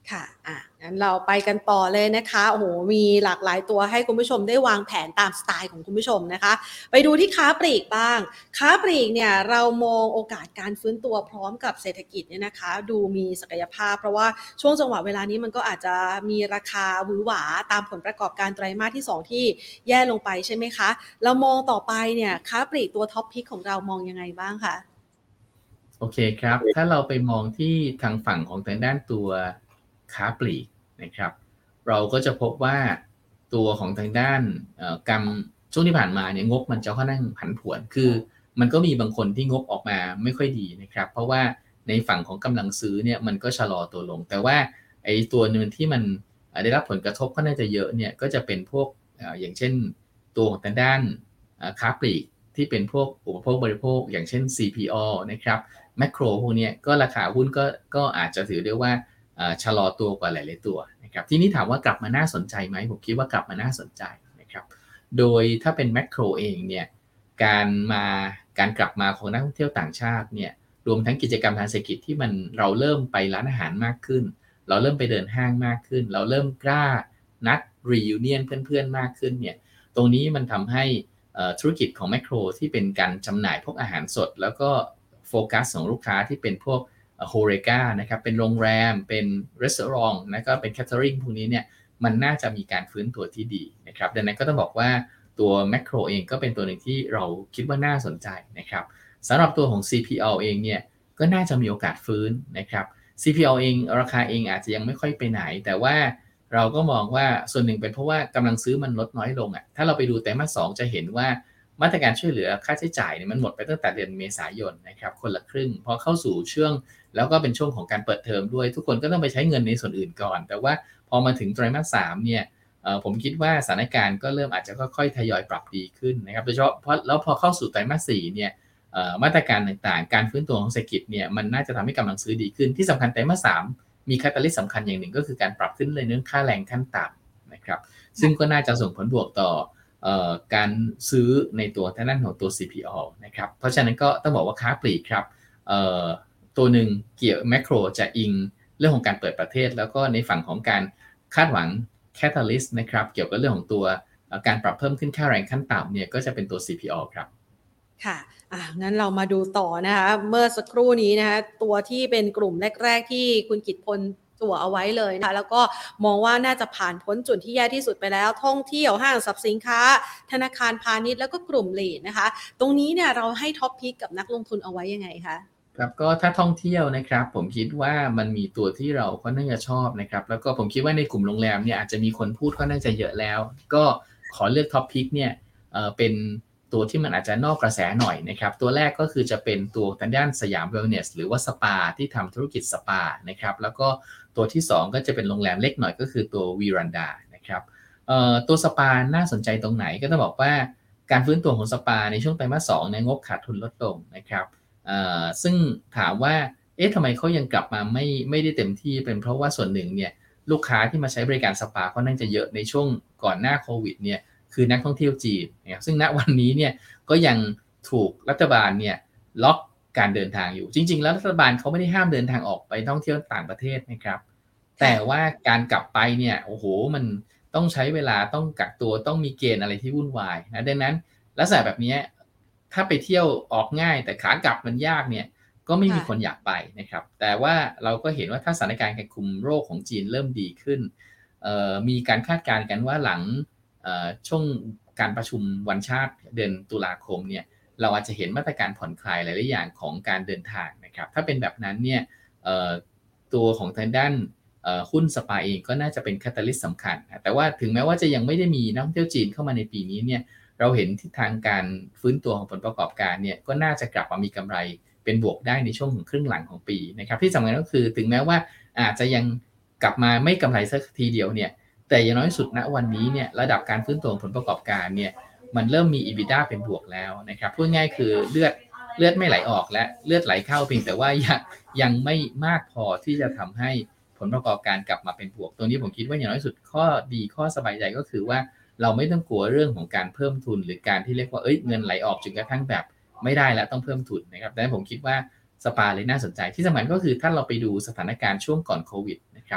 ค่ะอ่ะงั้นเราไปกันต่อเลยนะคะโอ้โหมีหลากหลายตัวให้คุณผู้ชมได้วางแผนตามสไตล์ของคุณผู้ชมนะคะไปดูที่ค้าปลีกบ้างค้าปลีกเนี่ยเรามองโอกาสการฟื้นตัวพร้อมกับเศรษฐกิจเนี่ยนะคะดูมีศักยภาพเพราะว่าช่วงจังหวะเวลานี้มันก็อาจจะมีราคาหวือหวาตามผลประกอบการไตรมาสที่สองที่แย่ลงไปใช่ไหมคะเรามองต่อไปเนี่ยค้าปลีกตัวท็อปพิกของเรามองยังไงบ้างคะโอเคครับถ้าเราไปมองที่ทางฝั่งของทางด้านตัวค้าปลีกนะครับเราก็จะพบว่าตัวของทางด้านกำช่วงที่ผ่านมาเนี่ยงบมันจะค่อนข้างผันผวนคือมันก็มีบางคนที่งบออกมาไม่ค่อยดีนะครับเพราะว่าในฝั่งของกำลังซื้อเนี่ยมันก็ชะลอตัวลงแต่ว่าไอ้ตัวนึงที่มันได้รับผลกระทบก็น่าจะเยอะเนี่ยก็จะเป็นพวกอย่างเช่นตัวของทางด้านค้าปลีกที่เป็นพวกอุปโภคบริโภคอย่างเช่น ซี พี โอ นะครับแมคโครพวกนี้ก็ราคาหุ้นก็ก็อาจจะถือได้ว่าชะลอตัวกว่าหลายๆตัวนะครับทีนี้ถามว่ากลับมาน่าสนใจไหมผมคิดว่ากลับมาน่าสนใจนะครับโดยถ้าเป็นแมคโครเองเนี่ยการมาการกลับมาของนักท่องเที่ยวต่างชาติเนี่ยรวมทั้งกิจกรรมทางเศรษฐกิจที่มันเราเริ่มไปร้านอาหารมากขึ้นเราเริ่มไปเดินห้างมากขึ้นเราเริ่มกล้านัดรียูเนียนเพื่อนๆมากขึ้นเนี่ยตรงนี้มันทำให้ธุรกิจของแมคโครที่เป็นการจำหน่ายพวกอาหารสดแล้วก็โฟกัสของลูกค้าที่เป็นพวกโฮเรกานะครับเป็นโรงแรมเป็นรีสอร์ทแล้วก็เป็นแคเทอริงพวกนี้เนี่ยมันน่าจะมีการฟื้นตัวที่ดีนะครับดังนั้นก็ต้องบอกว่าตัวแมคโครเองก็เป็นตัวหนึ่งที่เราคิดว่าน่าสนใจนะครับสำหรับตัวของ ซี พี แอล เองเนี่ยก็น่าจะมีโอกาสฟื้นนะครับ ซี พี แอล เองราคาเองอาจจะยังไม่ค่อยไปไหนแต่ว่าเราก็มองว่าส่วนหนึ่งเป็นเพราะว่ากำลังซื้อมันลดน้อยลงอ่ะถ้าเราไปดูไตรมาสสองจะเห็นว่ามาตรการช่วยเหลือค่าใช้จ่ายเนี่ยมันหมดไปตั้งแต่เดือนเมษายนนะครับคนละครึ่งพอเข้าสู่ช่วงแล้วก็เป็นช่วงของการเปิดเทอมด้วยทุกคนก็ต้องไปใช้เงินในส่วนอื่นก่อนแต่ว่าพอมาถึงไตรมาสสามเนี่ยผมคิดว่าสถานการณ์ก็เริ่มอาจจะค่อยๆทยอยปรับดีขึ้นนะครับโดยเฉพาะเพราะแล้วพอเข้าสู่ไตรมาสสี่เนี่ยมาตรการต่างๆการฟื้นตัวของเศรษฐกิจเนี่ยมันน่าจะทำให้กำลังซื้อดีขึ้นที่สำคัญไตรมาสสามมีคาตาลิสต์สำคัญอย่างหนึ่งก็คือการปรับขึ้นเลยเรื่องค่าแรงขั้นต่ำนะครับซึ่งก็น่าจะส่งผลบวกต่อการซื้อในตัวทางด้านของตัว ซี พี แอล นะครับเพราะฉะนั้นก็ต้องบอกว่าค้าปลีกครับตัวหนึ่งเกี่ยวแมคโครจะอิงเรื่องของการเปิดประเทศแล้วก็ในฝั่งของการคาดหวังแคตาลิสต์นะครับเกี่ยวกับเรื่องของตัวการปรับเพิ่มขึ้นค่าแรงขั้นต่ำเนี่ยก็จะเป็นตัว ซี พี แอล ครับค่ะอ่ะงั้นเรามาดูต่อนะคะเมื่อสักครู่นี้นะคะตัวที่เป็นกลุ่มแรกๆที่คุณกิตพลจั่วเอาไว้เลยนะคะแล้วก็มองว่าน่าจะผ่านพ้นจุดที่แย่ที่สุดไปแล้วท่องเที่ยวห้างสรรพสินค้าธนาคารพาณิชย์แล้วก็กลุ่มลีดนะคะตรงนี้เนี่ยเราให้ท็อปพิกกับนักลงทุนเอาไว้ยังไงคะครับก็ถ้าท่องเที่ยวนะครับผมคิดว่ามันมีตัวที่เราก็น่าจะชอบนะครับแล้วก็ผมคิดว่าในกลุ่มโรงแรมเนี่ยอาจจะมีคนพูดก็น่าจะเยอะแล้วก็ขอเลือกท็อปพิกเนี่ยเอ่อเป็นตัวที่มันอาจจะนอกกระแสหน่อยนะครับตัวแรกก็คือจะเป็นตัวทางด้านสยามเวลเนสหรือว่าสปาที่ทำธุรกิจสปานะครับแล้วก็ตัวที่สองก็จะเป็นโรงแรมเล็กหน่อยก็คือตัววีรันดานะครับเอ่อตัวสปาน่าสนใจตรงไหนก็ต้องบอกว่าการฟื้นตัวของสปาในช่วงไตรมาสสองเนี่ยงบขาดทุนลดลงนะครับซึ่งถามว่าเอ๊ะทำไมเขายังกลับมาไม่ไม่ได้เต็มที่เป็นเพราะว่าส่วนหนึ่งเนี่ยลูกค้าที่มาใช้บริการสปาก็น่าจะเยอะในช่วงก่อนหน้าโควิดเนี่ยคือนักท่องเที่ยวจีนนะครับซึ่งณวันนี้เนี่ยก็ยังถูกรัฐบาลเนี่ยล็อกการเดินทางอยู่จริงๆแล้วรัฐบาลเขาไม่ได้ห้ามเดินทางออกไปท่องเที่ยวต่างประเทศนะครับแต่ว่าการกลับไปเนี่ยโอ้โหมันต้องใช้เวลาต้องกักตัวต้องมีเกณฑ์อะไรที่วุ่นวายนะดังนั้นลักษณะแบบนี้ถ้าไปเที่ยวออกง่ายแต่ขากลับมันยากเนี่ยก็ไม่มีคนอยากไปนะครับแต่ว่าเราก็เห็นว่าถ้าสถานการณ์การคุมโรคของจีนเริ่มดีขึ้นมีการคาดการณ์กันว่าหลังช่วงการประชุมวันชาติเดือนตุลาคมเนี่ยเราอาจจะเห็นมาตรการผ่อนคลายหลายๆอย่างของการเดินทางนะครับถ้าเป็นแบบนั้นเนี่ยตัวของทางด้านหุ้นสปาเองก็น่าจะเป็นแคตาลิสต์สำคัญแต่ว่าถึงแม้ว่าจะยังไม่ได้มีนักท่องเที่ยวจีนเข้ามาในปีนี้เนี่ยเราเห็นทิศทางการฟื้นตัวของผลประกอบการเนี่ยก็น่าจะกลับมามีกำไรเป็นบวกได้ในช่วงของครึ่งหลังของปีนะครับที่สำคัญก็คือถึงแม้ว่าอาจจะยังกลับมาไม่กำไรสักทีเดียวเนี่ยแต่อย่างน้อยสุดณวันนี้เนี่ยระดับการฟื้นตัวของผลประกอบการเนี่ยมันเริ่มมี อี บี ดี เอ เป็นบวกแล้วนะครับพูดง่ายคือเลือดเลือดไม่ไหลออกและเลือดไหลเข้าเพียงแต่ว่ายังยังไม่มากพอที่จะทำให้ผลประกอบการกลับมาเป็นบวกตัวนี้ผมคิดว่าอย่างน้อยสุดข้อดีข้อสบายใจก็คือว่าเราไม่ต้องกลัวเรื่องของการเพิ่มทุนหรือการที่เรียกว่าเอ้ยเงินไหลออกจนกระทั่งแบบไม่ได้แล้วต้องเพิ่มทุนนะครับดังนั้นผมคิดว่าสปาเลยน่าสนใจที่สำคัญก็คือถ้าเราไปดูสถานการณ์ช่วงก่อนโควิดนะครับ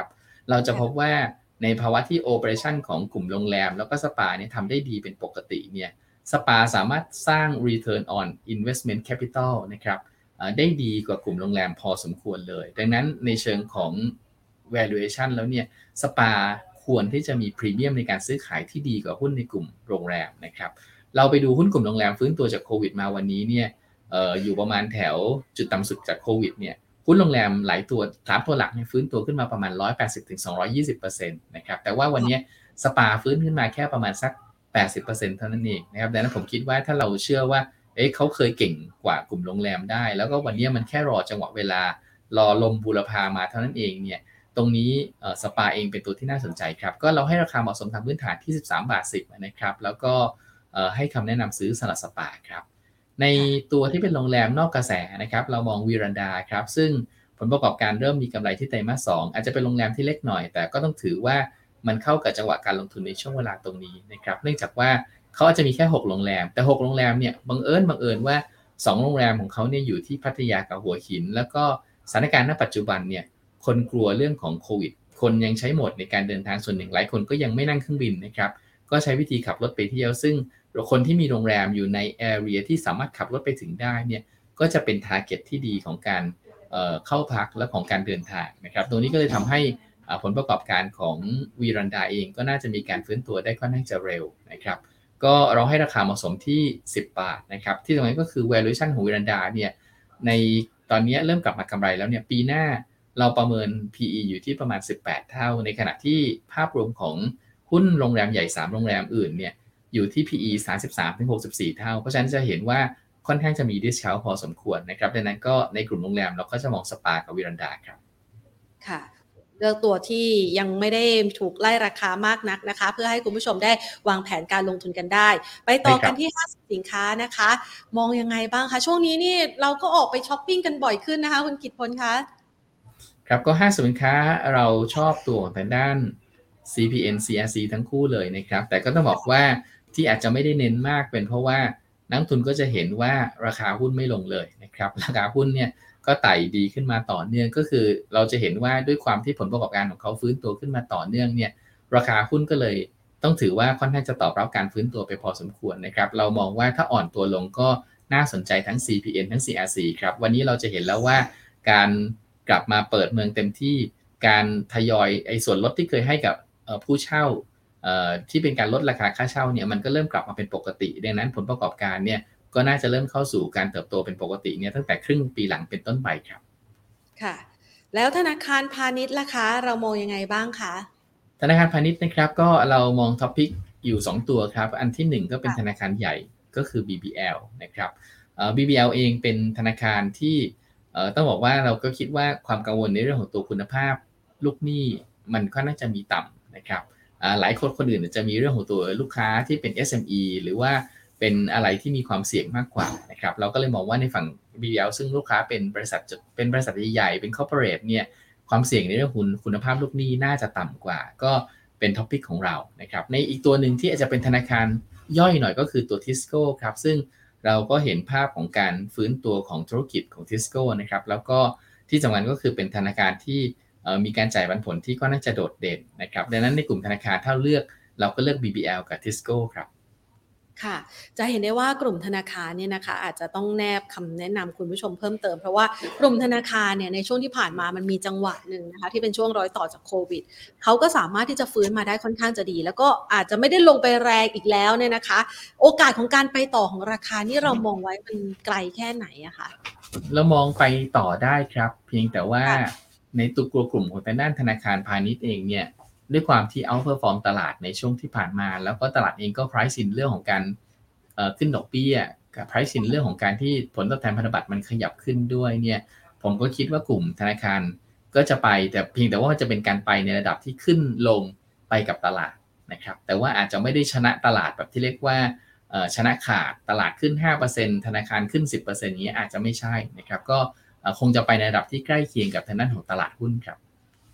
เราจะพบว่าในภาวะที่ operation ของกลุ่มโรงแรมแล้วก็สปาเนี่ยทำได้ดีเป็นปกติเนี่ยสปาสามารถสร้าง return on investment capital นะครับได้ดีกว่ากลุ่มโรงแรมพอสมควรเลยดังนั้นในเชิงของ valuation แล้วเนี่ยสปาควรที่จะมีพรีเมียมในการซื้อขายที่ดีกว่าหุ้นในกลุ่มโรงแรมนะครับเราไปดูหุ้นกลุ่มโรงแรมฟื้นตัวจากโควิดมาวันนี้เนี่ยเอ่ออยู่ประมาณแถวจุดต่ำสุดจากโควิดเนี่ยหุ้นโรงแรมหลายตัวสามตัวหลักเนี่ยฟื้นตัวขึ้นมาประมาณ หนึ่งร้อยแปดสิบถึงสองร้อยยี่สิบเปอร์เซ็นต์ นะครับแต่ว่าวันนี้สปาฟื้นขึ้นมาแค่ประมาณสัก แปดสิบเปอร์เซ็นต์ เท่านั้นเองนะครับดังนั้นผมคิดว่าถ้าเราเชื่อว่าเอ๊ะเขาเคยเก่งกว่ากลุ่มโรงแรมได้แล้วก็วันนี้มันแค่รอจังหวะเวลารอลมบูรพามาเท่านั้นเองเนี่ยตรงนี้สปาเองเป็นตัวที่น่าสนใจครับก็เราให้ราคาเหมาะสมทางพื้นฐานที่ สิบสามบาทสิบนะครับแล้วก็ให้คำแนะนำซื้อสำหรับสปาครับในตัวที่เป็นโรงแรมนอกกระแสนะครับเรามองวีรันดาครับซึ่งผลประกอบการเริ่มมีกำไรที่ไตรมาสสองอาจจะเป็นโรงแรมที่เล็กหน่อยแต่ก็ต้องถือว่ามันเข้ากับจังหวะการลงทุนในช่วงเวลาตรงนี้นะครับเนื่องจากว่าเขาอาจจะมีแค่หกโรงแรมแต่หกโรงแรมเนี่ยบังเอิญบังเอิญว่าสองโรงแรมของเขาเนี่ยอยู่ที่พัทยากับหัวหินแล้วก็สถานการณ์ณปัจจุบันเนี่ยคนกลัวเรื่องของโควิดคนยังใช้โหมดในการเดินทางส่วนหนึ่งหลายคนก็ยังไม่นั่งเครื่องบินนะครับก็ใช้วิธีขับรถไปเที่ยวซึ่งคนที่มีโรงแรมอยู่ในแอเรียที่สามารถขับรถไปถึงได้เนี่ยก็จะเป็นทาร์เก็ตที่ดีของการเอ่อเข้าพักและของการเดินทางนะครับตรงนี้ก็เลยทำให้ผลประกอบการของวีรันดาเองก็น่าจะมีการฟื้นตัวได้ค่อนข้างจะเร็วนะครับก็เราให้ราคาเหมาะสมที่สิบบาทนะครับที่ตรงนี้ก็คือ valuation ของวีรันดาเนี่ยในตอนนี้เริ่มกลับมากำไรแล้วเนี่ยปีหน้าเราประเมิน พี อี อยู่ที่ประมาณสิบแปดเท่าในขณะที่ภาพรวมของหุ้นโรงแรมใหญ่สามโรงแรมอื่นเนี่ยอยู่ที่ พี อี สามสิบสามถึงหกสิบสี่เท่าเพราะฉะนั้นจะเห็นว่าค่อนข้างจะมี discount พอสมควรนะครับดังนั้นก็ในกลุ่มโรงแรมเราก็จะมองสปากับวีรันดาครับค่ะเลือกตัวที่ยังไม่ได้ถูกไล่ราคามากนักนะคะเพื่อให้คุณผู้ชมได้วางแผนการลงทุนกันได้ไปต่อกันที่ห้าสิบสินค้านะคะมองยังไงบ้างคะช่วงนี้นี่เราก็ออกไปช้อปปิ้งกันบ่อยขึ้นนะคะคุณกิตพลคะครับก็ห้าสินค้าเราชอบตัวทางด้าน ซี พี เอ็น ซี อาร์ ซี ทั้งคู่เลยนะครับแต่ก็ต้องบอกว่าที่อาจจะไม่ได้เน้นมากเป็นเพราะว่านักลงทุนก็จะเห็นว่าราคาหุ้นไม่ลงเลยนะครับราคาหุ้นเนี่ยก็ไต่ดีขึ้นมาต่อเนื่องก็คือเราจะเห็นว่าด้วยความที่ผลประกอบการของเขาฟื้นตัวขึ้นมาต่อเนื่องเนี่ยราคาหุ้นก็เลยต้องถือว่าค่อนข้างจะตอบรับการฟื้นตัวไปพอสมควรนะครับเรามองว่าถ้าอ่อนตัวลงก็น่าสนใจทั้ง ซี พี เอ็น ทั้ง ซี อาร์ ซี ครับวันนี้เราจะเห็นแล้วว่าการกลับมาเปิดเมืองเต็มที่การทยอยไอ้ส่วนลดที่เคยให้กับผู้เช่าที่เป็นการลดราคาค่าเช่าเนี่ยมันก็เริ่มกลับมาเป็นปกติดังนั้นผลประกอบการเนี่ยก็น่าจะเริ่มเข้าสู่การเติบโตเป็นปกติเนี่ยตั้งแต่ครึ่งปีหลังเป็นต้นไปครับค่ะแล้วธนาคารพาณิชย์ล่ะคะเรามองยังไงบ้างคะธนาคารพาณิชย์นะครับก็เรามองท็อปพิกอยู่สองตัวครับอันที่หนึ่งก็เป็นธนาคารใหญ่ก็คือ บี บี แอล นะครับ บี บี แอล เองเป็นธนาคารที่ต้องบอกว่าเราก็คิดว่าความกังวลในเรื่องของตัวคุณภาพลูกหนี้มันก็น่าจะมีต่ำนะครับหลายคนคนอื่นจะมีเรื่องของตัวลูกค้าที่เป็น เอส เอ็ม อี หรือว่าเป็นอะไรที่มีความเสี่ยงมากกว่านะครับเราก็เลยมองว่าในฝั่ง บี บี แอล ซึ่งลูกค้าเป็นบริษัทเป็นบริษัทใหญ่ๆเป็น corporate เนี่ยความเสี่ยงในเรื่องคุณคุณภาพลูกหนี้น่าจะต่ำกว่าก็เป็นท็อปิกของเรานะครับในอีกตัวหนึ่งที่อาจจะเป็นธนาคารย่อยหน่อยก็คือตัว Tisco ครับซึ่งเราก็เห็นภาพของการฟื้นตัวของธุรกิจของ Tisco นะครับแล้วก็ที่สำคัญก็คือเป็นธนาคารที่มีการจ่ายปันผลที่ก็น่าจะโดดเด่นนะครับดังนั้นในกลุ่มธนาคารถ้าเลือกเราก็เลือก บี บี แอล กับ Tisco ครับค่ะจะเห็นได้ว่ากลุ่มธนาคารเนี่ยนะคะอาจจะต้องแนบคำแนะนำคุณผู้ชมเพิ่มเติมเพราะว่ากลุ่มธนาคารเนี่ยในช่วงที่ผ่านมามันมีจังหวะหนึ่งนะคะที่เป็นช่วงรอยต่อจากโควิดเขาก็สามารถที่จะฟื้นมาได้ค่อนข้างจะดีแล้วก็อาจจะไม่ได้ลงไปแรงอีกแล้วเนี่ยนะคะโอกาสของการไปต่อของราคานี่เรามองไว้มันไกลแค่ไหนอะคะเรามองไปต่อได้ครับเพียงแต่ว่าในตัวกลุ่มของทางด้านธนาคารพาณิชย์เองเนี่ยด้วยความที่ outperform ตลาดในช่วงที่ผ่านมาแล้วก็ตลาดเองก็ price in เรื่องของการขึ้นดอกเบี้ยกับ price in เรื่องของการที่ผลตอบแทนพันธบัตรมันขยับขึ้นด้วยเนี่ยผมก็คิดว่ากลุ่มธนาคารก็จะไปแต่เพียงแต่ว่าจะเป็นการไปในระดับที่ขึ้นลงไปกับตลาดนะครับแต่ว่าอาจจะไม่ได้ชนะตลาดแบบที่เรียกว่าชนะขาดตลาดขึ้น ห้าเปอร์เซ็นต์ ธนาคารขึ้น สิบเปอร์เซ็นต์ นี้อาจจะไม่ใช่นะครับก็คงจะไปในระดับที่ใกล้เคียงกับทางด้านของตลาดหุ้นครับอ่า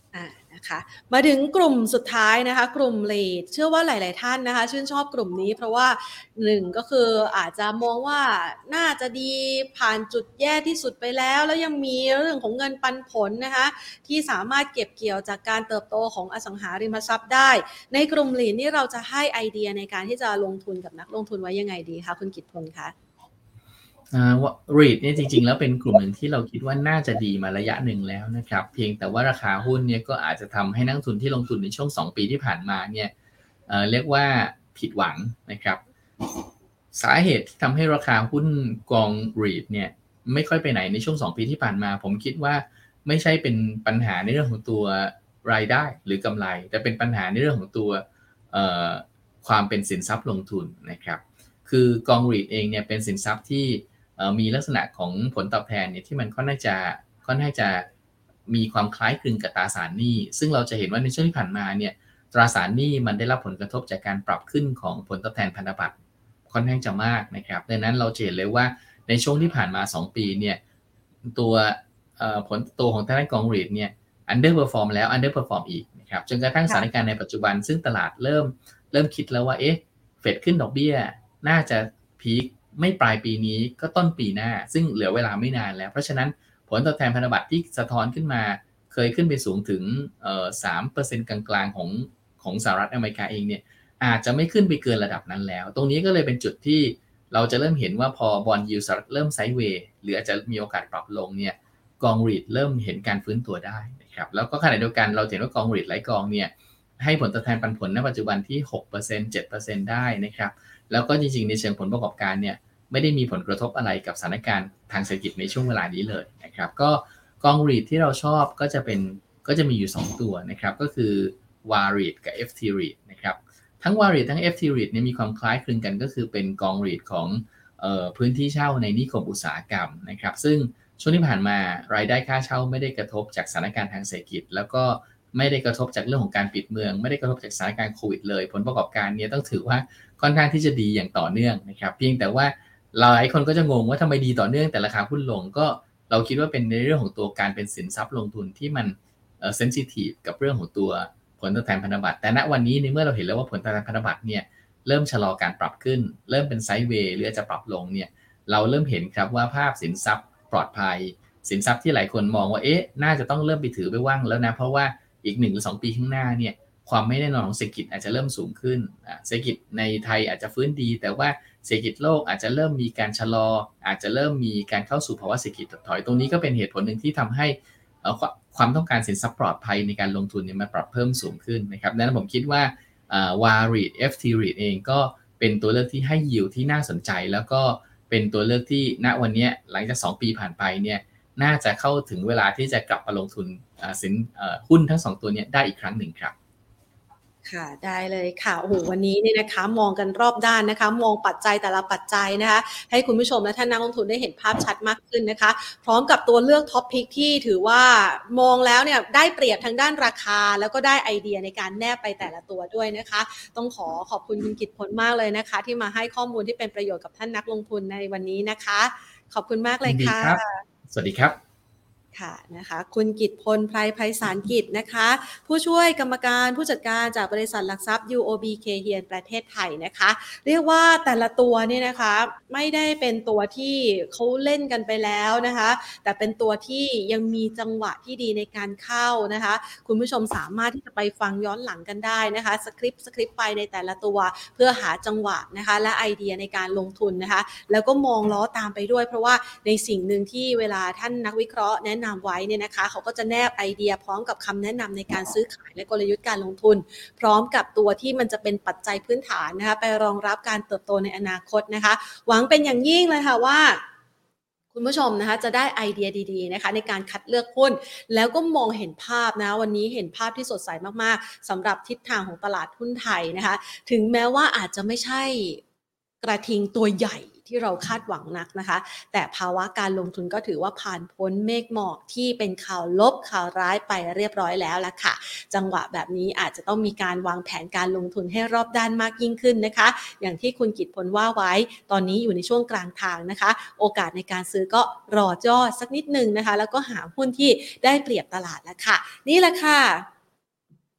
นะคะมาถึงกลุ่มสุดท้ายนะคะกลุ่ม REIT เชื่อว่าหลายๆท่านนะคะชื่นชอบกลุ่มนี้เพราะว่าหนึ่งก็คืออาจจะมองว่าน่าจะดีผ่านจุดแย่ที่สุดไปแล้วแล้วยังมีเรื่องของเงินปันผลนะคะที่สามารถเก็บเกี่ยวจากการเติบโตของอสังหาริมทรัพย์ได้ในกลุ่ม REIT นี่เราจะให้ไอเดียในการที่จะลงทุนกับนักลงทุนไว้ยังไงดีคะคุณกิตพลคะอ่า REIT เนี่ยจริงๆแล้วเป็นกลุ่มหนึ่งที่เราคิดว่าน่าจะดีมาระยะหนึ่งแล้วนะครับเพียงแต่ว่าราคาหุ้นเนี่ยก็อาจจะทำให้นักลงทุนที่ลงทุนในช่วงสองปีที่ผ่านมาเนี่ยเอ่อเรียกว่าผิดหวังนะครับสาเหตุที่ทำให้ราคาหุ้นกอง REIT เนี่ยไม่ค่อยไปไหนในช่วงสองปีที่ผ่านมาผมคิดว่าไม่ใช่เป็นปัญหาในเรื่องของตัวรายได้หรือกำไรแต่เป็นปัญหาในเรื่องของตัวเอ่อความเป็นสินทรัพย์ลงทุนนะครับคือกอง REIT เองเนี่ยเป็นสินทรัพย์ที่มีลักษณะของผลตอบแทนเนี่ยที่มันค่อนข้างจะค่อนข้างจะมีความคล้ายคลึงกับตราสารหนี้ซึ่งเราจะเห็นว่าในช่วงที่ผ่านมาเนี่ยตราสารหนี้มันได้รับผลกระทบจากการปรับขึ้นของผลตอบแทนพันธบัตรค่อนข้างจะมากนะครับดังนั้นเราเห็นเลยว่าในช่วงที่ผ่านมาสองปีเนี่ยตัวผลโตของทางด้านกอง REIT เนี่ย underperform แล้ว underperform อีกนะครับจนกระทั่งสถานการณ์ในปัจจุบันซึ่งตลาดเริ่มเริ่มคิดแล้วว่าเอ๊ะเฟดขึ้นดอกเบี้ยน่าจะพีคไม่ปลายปีนี้ก็ต้นปีหน้าซึ่งเหลือเวลาไม่นานแล้วเพราะฉะนั้นผลตอบแทนพันธบัตรที่สะท้อนขึ้นมาเคยขึ้นไปสูงถึงเอ่อ สามเปอร์เซ็นต์ กลางๆของของสหรัฐอเมริกาเองเนี่ยอาจจะไม่ขึ้นไปเกินระดับนั้นแล้วตรงนี้ก็เลยเป็นจุดที่เราจะเริ่มเห็นว่าพอบอนด์ยิลด์สหรัฐเริ่มไซด์เวย์หรืออาจจะมีโอกาสปรับลงเนี่ยกอง REIT เริ่มเห็นการฟื้นตัวได้นะครับแล้วก็ขณะเดียวกันเราเห็นว่ากอง REIT หลายกองเนี่ยให้ผลตอบแทนปันผลณปัจจุบันที่ หกเปอร์เซ็นต์ เจ็ดเปอร์เซ็นต์ ได้นะครับแล้วก็จริงๆในเชิงผลประกอบการเนี่ยไม่ได้มีผลกระทบอะไรกับสถานการณ์ทางเศรษฐกิจในช่วงเวลานี้เลยนะครับก็กอง REIT ที่เราชอบก็จะเป็นก็จะมีอยู่สองตัวนะครับก็คือ วา REIT กับ เอฟ ที REIT นะครับทั้ง วา REIT ทั้ง เอฟ ที REIT เนี่ยมีความคล้ายคลึงกันก็คือเป็นกอง REIT ของเอ่อพื้นที่เช่าในนิคมอุตสาหกรรมนะครับซึ่งช่วงที่ผ่านมารายได้ค่าเช่าไม่ได้กระทบจากสถานการณ์ทางเศรษฐกิจแล้วก็ไม่ได้กระทบจากเรื่องของการปิดเมืองไม่ได้กระทบจากสถานการณ์โควิดเลยผลประกอบการเนี่ยต้องถือว่าค่อนข้างที่จะดีอย่างต่อเนื่องนะครับเพียงแต่ว่าหลายคนก็จะงงว่าทำไมดีต่อเนื่องแต่ราคาหุ้นลงก็เราคิดว่าเป็นในเรื่องของตัวการเป็นสินทรัพย์ลงทุนที่มันเอ่อเซนซิทีฟกับเรื่องของตัวผลตอบแทนพันธบัตรแต่ณวันนี้ในเมื่อเราเห็นแล้วว่าผลตอบแทนพันธบัตรเนี่ยเริ่มชะลอการปรับขึ้นเริ่มเป็นไซด์เวย์หรืออาจจะปรับลงเนี่ยเราเริ่มเห็นครับว่าภาพสินทรัพย์ปลอดภัยสินทรัพย์ที่หลายคนมองว่าเอ๊ะน่าจะต้องเริ่มไปถือไปว่างแล้วนะเพราะว่าอีกหนึ่งหรือสองปีข้างหน้าเนี่ยความไม่แน่นอนของเศรษฐกิจอาจจะเริ่มสูงขึ้นเศรษฐกิจในไทยอาจจะฟื้นดีแต่ว่าเศรษฐกิจโลกอาจจะเริ่มมีการชะลออาจจะเริ่มมีการเข้าสู่ภาวะเศรษฐกิจถดถอยตรงนี้ก็เป็นเหตุผลหนึ่งที่ทำให้ความต้องการสินทรัพย์ปลอดภัยในการลงทุนเนี่ยมันปรับเพิ่มสูงขึ้นนะครับดังนั้นผมคิดว่าวา REIT เอฟ ที REIT เองก็เป็นตัวเลือกที่ให้ยิวที่น่าสนใจแล้วก็เป็นตัวเลือกที่ณวันนี้หลังจากสองปีผ่านไปเนี่ยน่าจะเข้าถึงเวลาที่จะกลับมาลงทุนสินหุ้นทั้งสองตัวนี้ได้อีกครั้งหนึ่งครับค่ะได้เลยค่ะโอ้โหวันนี้เนี่ยนะคะมองกันรอบด้านนะคะมองปัจจัยแต่ละปัจจัยนะคะให้คุณผู้ชมและท่านนักลงทุนได้เห็นภาพชัดมากขึ้นนะคะพร้อมกับตัวเลือกท็อปพิกที่ถือว่ามองแล้วเนี่ยได้เปรียบทางด้านราคาแล้วก็ได้ไอเดียในการแนบไปแต่ละตัวด้วยนะคะต้องขอขอบคุณคุณกิตพลมากเลยนะคะที่มาให้ข้อมูลที่เป็นประโยชน์กับท่านนักลงทุนในวันนี้นะคะขอบคุณมากเลยค่ะสวัสดีครับค่ะนะคะคุณกิตพลไพรไพศาลกิจนะคะผู้ช่วยกรรมการผู้จัดการจากบริษัทหลักทรัพย์ ยู โอ บี เค เฮียนประเทศไทยนะคะเรียกว่าแต่ละตัวเนี่ยนะคะไม่ได้เป็นตัวที่เขาเล่นกันไปแล้วนะคะแต่เป็นตัวที่ยังมีจังหวะที่ดีในการเข้านะคะคุณผู้ชมสามารถที่จะไปฟังย้อนหลังกันได้นะคะสคริปต์สคริปต์ไปในแต่ละตัวเพื่อหาจังหวะนะคะและไอเดียในการลงทุนนะคะแล้วก็มองล้อตามไปด้วยเพราะว่าในสิ่งหนึ่งที่เวลาท่านนักวิเคราะห์แนะนำไว้เนี่ยนะคะเขาก็จะแนบไอเดียพร้อมกับคำแนะนำในการซื้อขายและกลยุทธ์การลงทุนพร้อมกับตัวที่มันจะเป็นปัจจัยพื้นฐานนะคะไปรองรับการเติบโตในอนาคตนะคะหวังเป็นอย่างยิ่งเลยค่ะว่าคุณผู้ชมนะคะจะได้ไอเดียดีๆนะคะในการคัดเลือกหุ้นแล้วก็มองเห็นภาพนะวันนี้เห็นภาพที่สดใสมากๆสำหรับทิศทางของตลาดหุ้นไทยนะคะถึงแม้ว่าอาจจะไม่ใช่กระทิงตัวใหญ่ที่เราคาดหวังนักนะคะแต่ภาวะการลงทุนก็ถือว่าผ่านพ้นเมฆหมอกที่เป็นข่าวลบข่าวร้ายไปเรียบร้อยแล้วล่ะค่ะจังหวะแบบนี้อาจจะต้องมีการวางแผนการลงทุนให้รอบด้านมากยิ่งขึ้นนะคะอย่างที่คุณกิตพลว่าไว้ตอนนี้อยู่ในช่วงกลางทางนะคะโอกาสในการซื้อก็รอย่อสักนิดนึงนะคะแล้วก็หาหุ้นที่ได้เปรียบตลาดแล้วค่ะนี่แหละค่ะ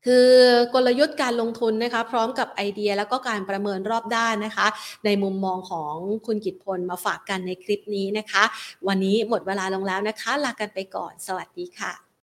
คือกลยุทธ์การลงทุนนะคะพร้อมกับไอเดียแล้วก็การประเมินรอบด้านนะคะในมุมมองของคุณกิตพลมาฝากกันในคลิปนี้นะคะวันนี้หมดเวลาลงแล้วนะคะลากันไปก่อนสวัสดีค่ะ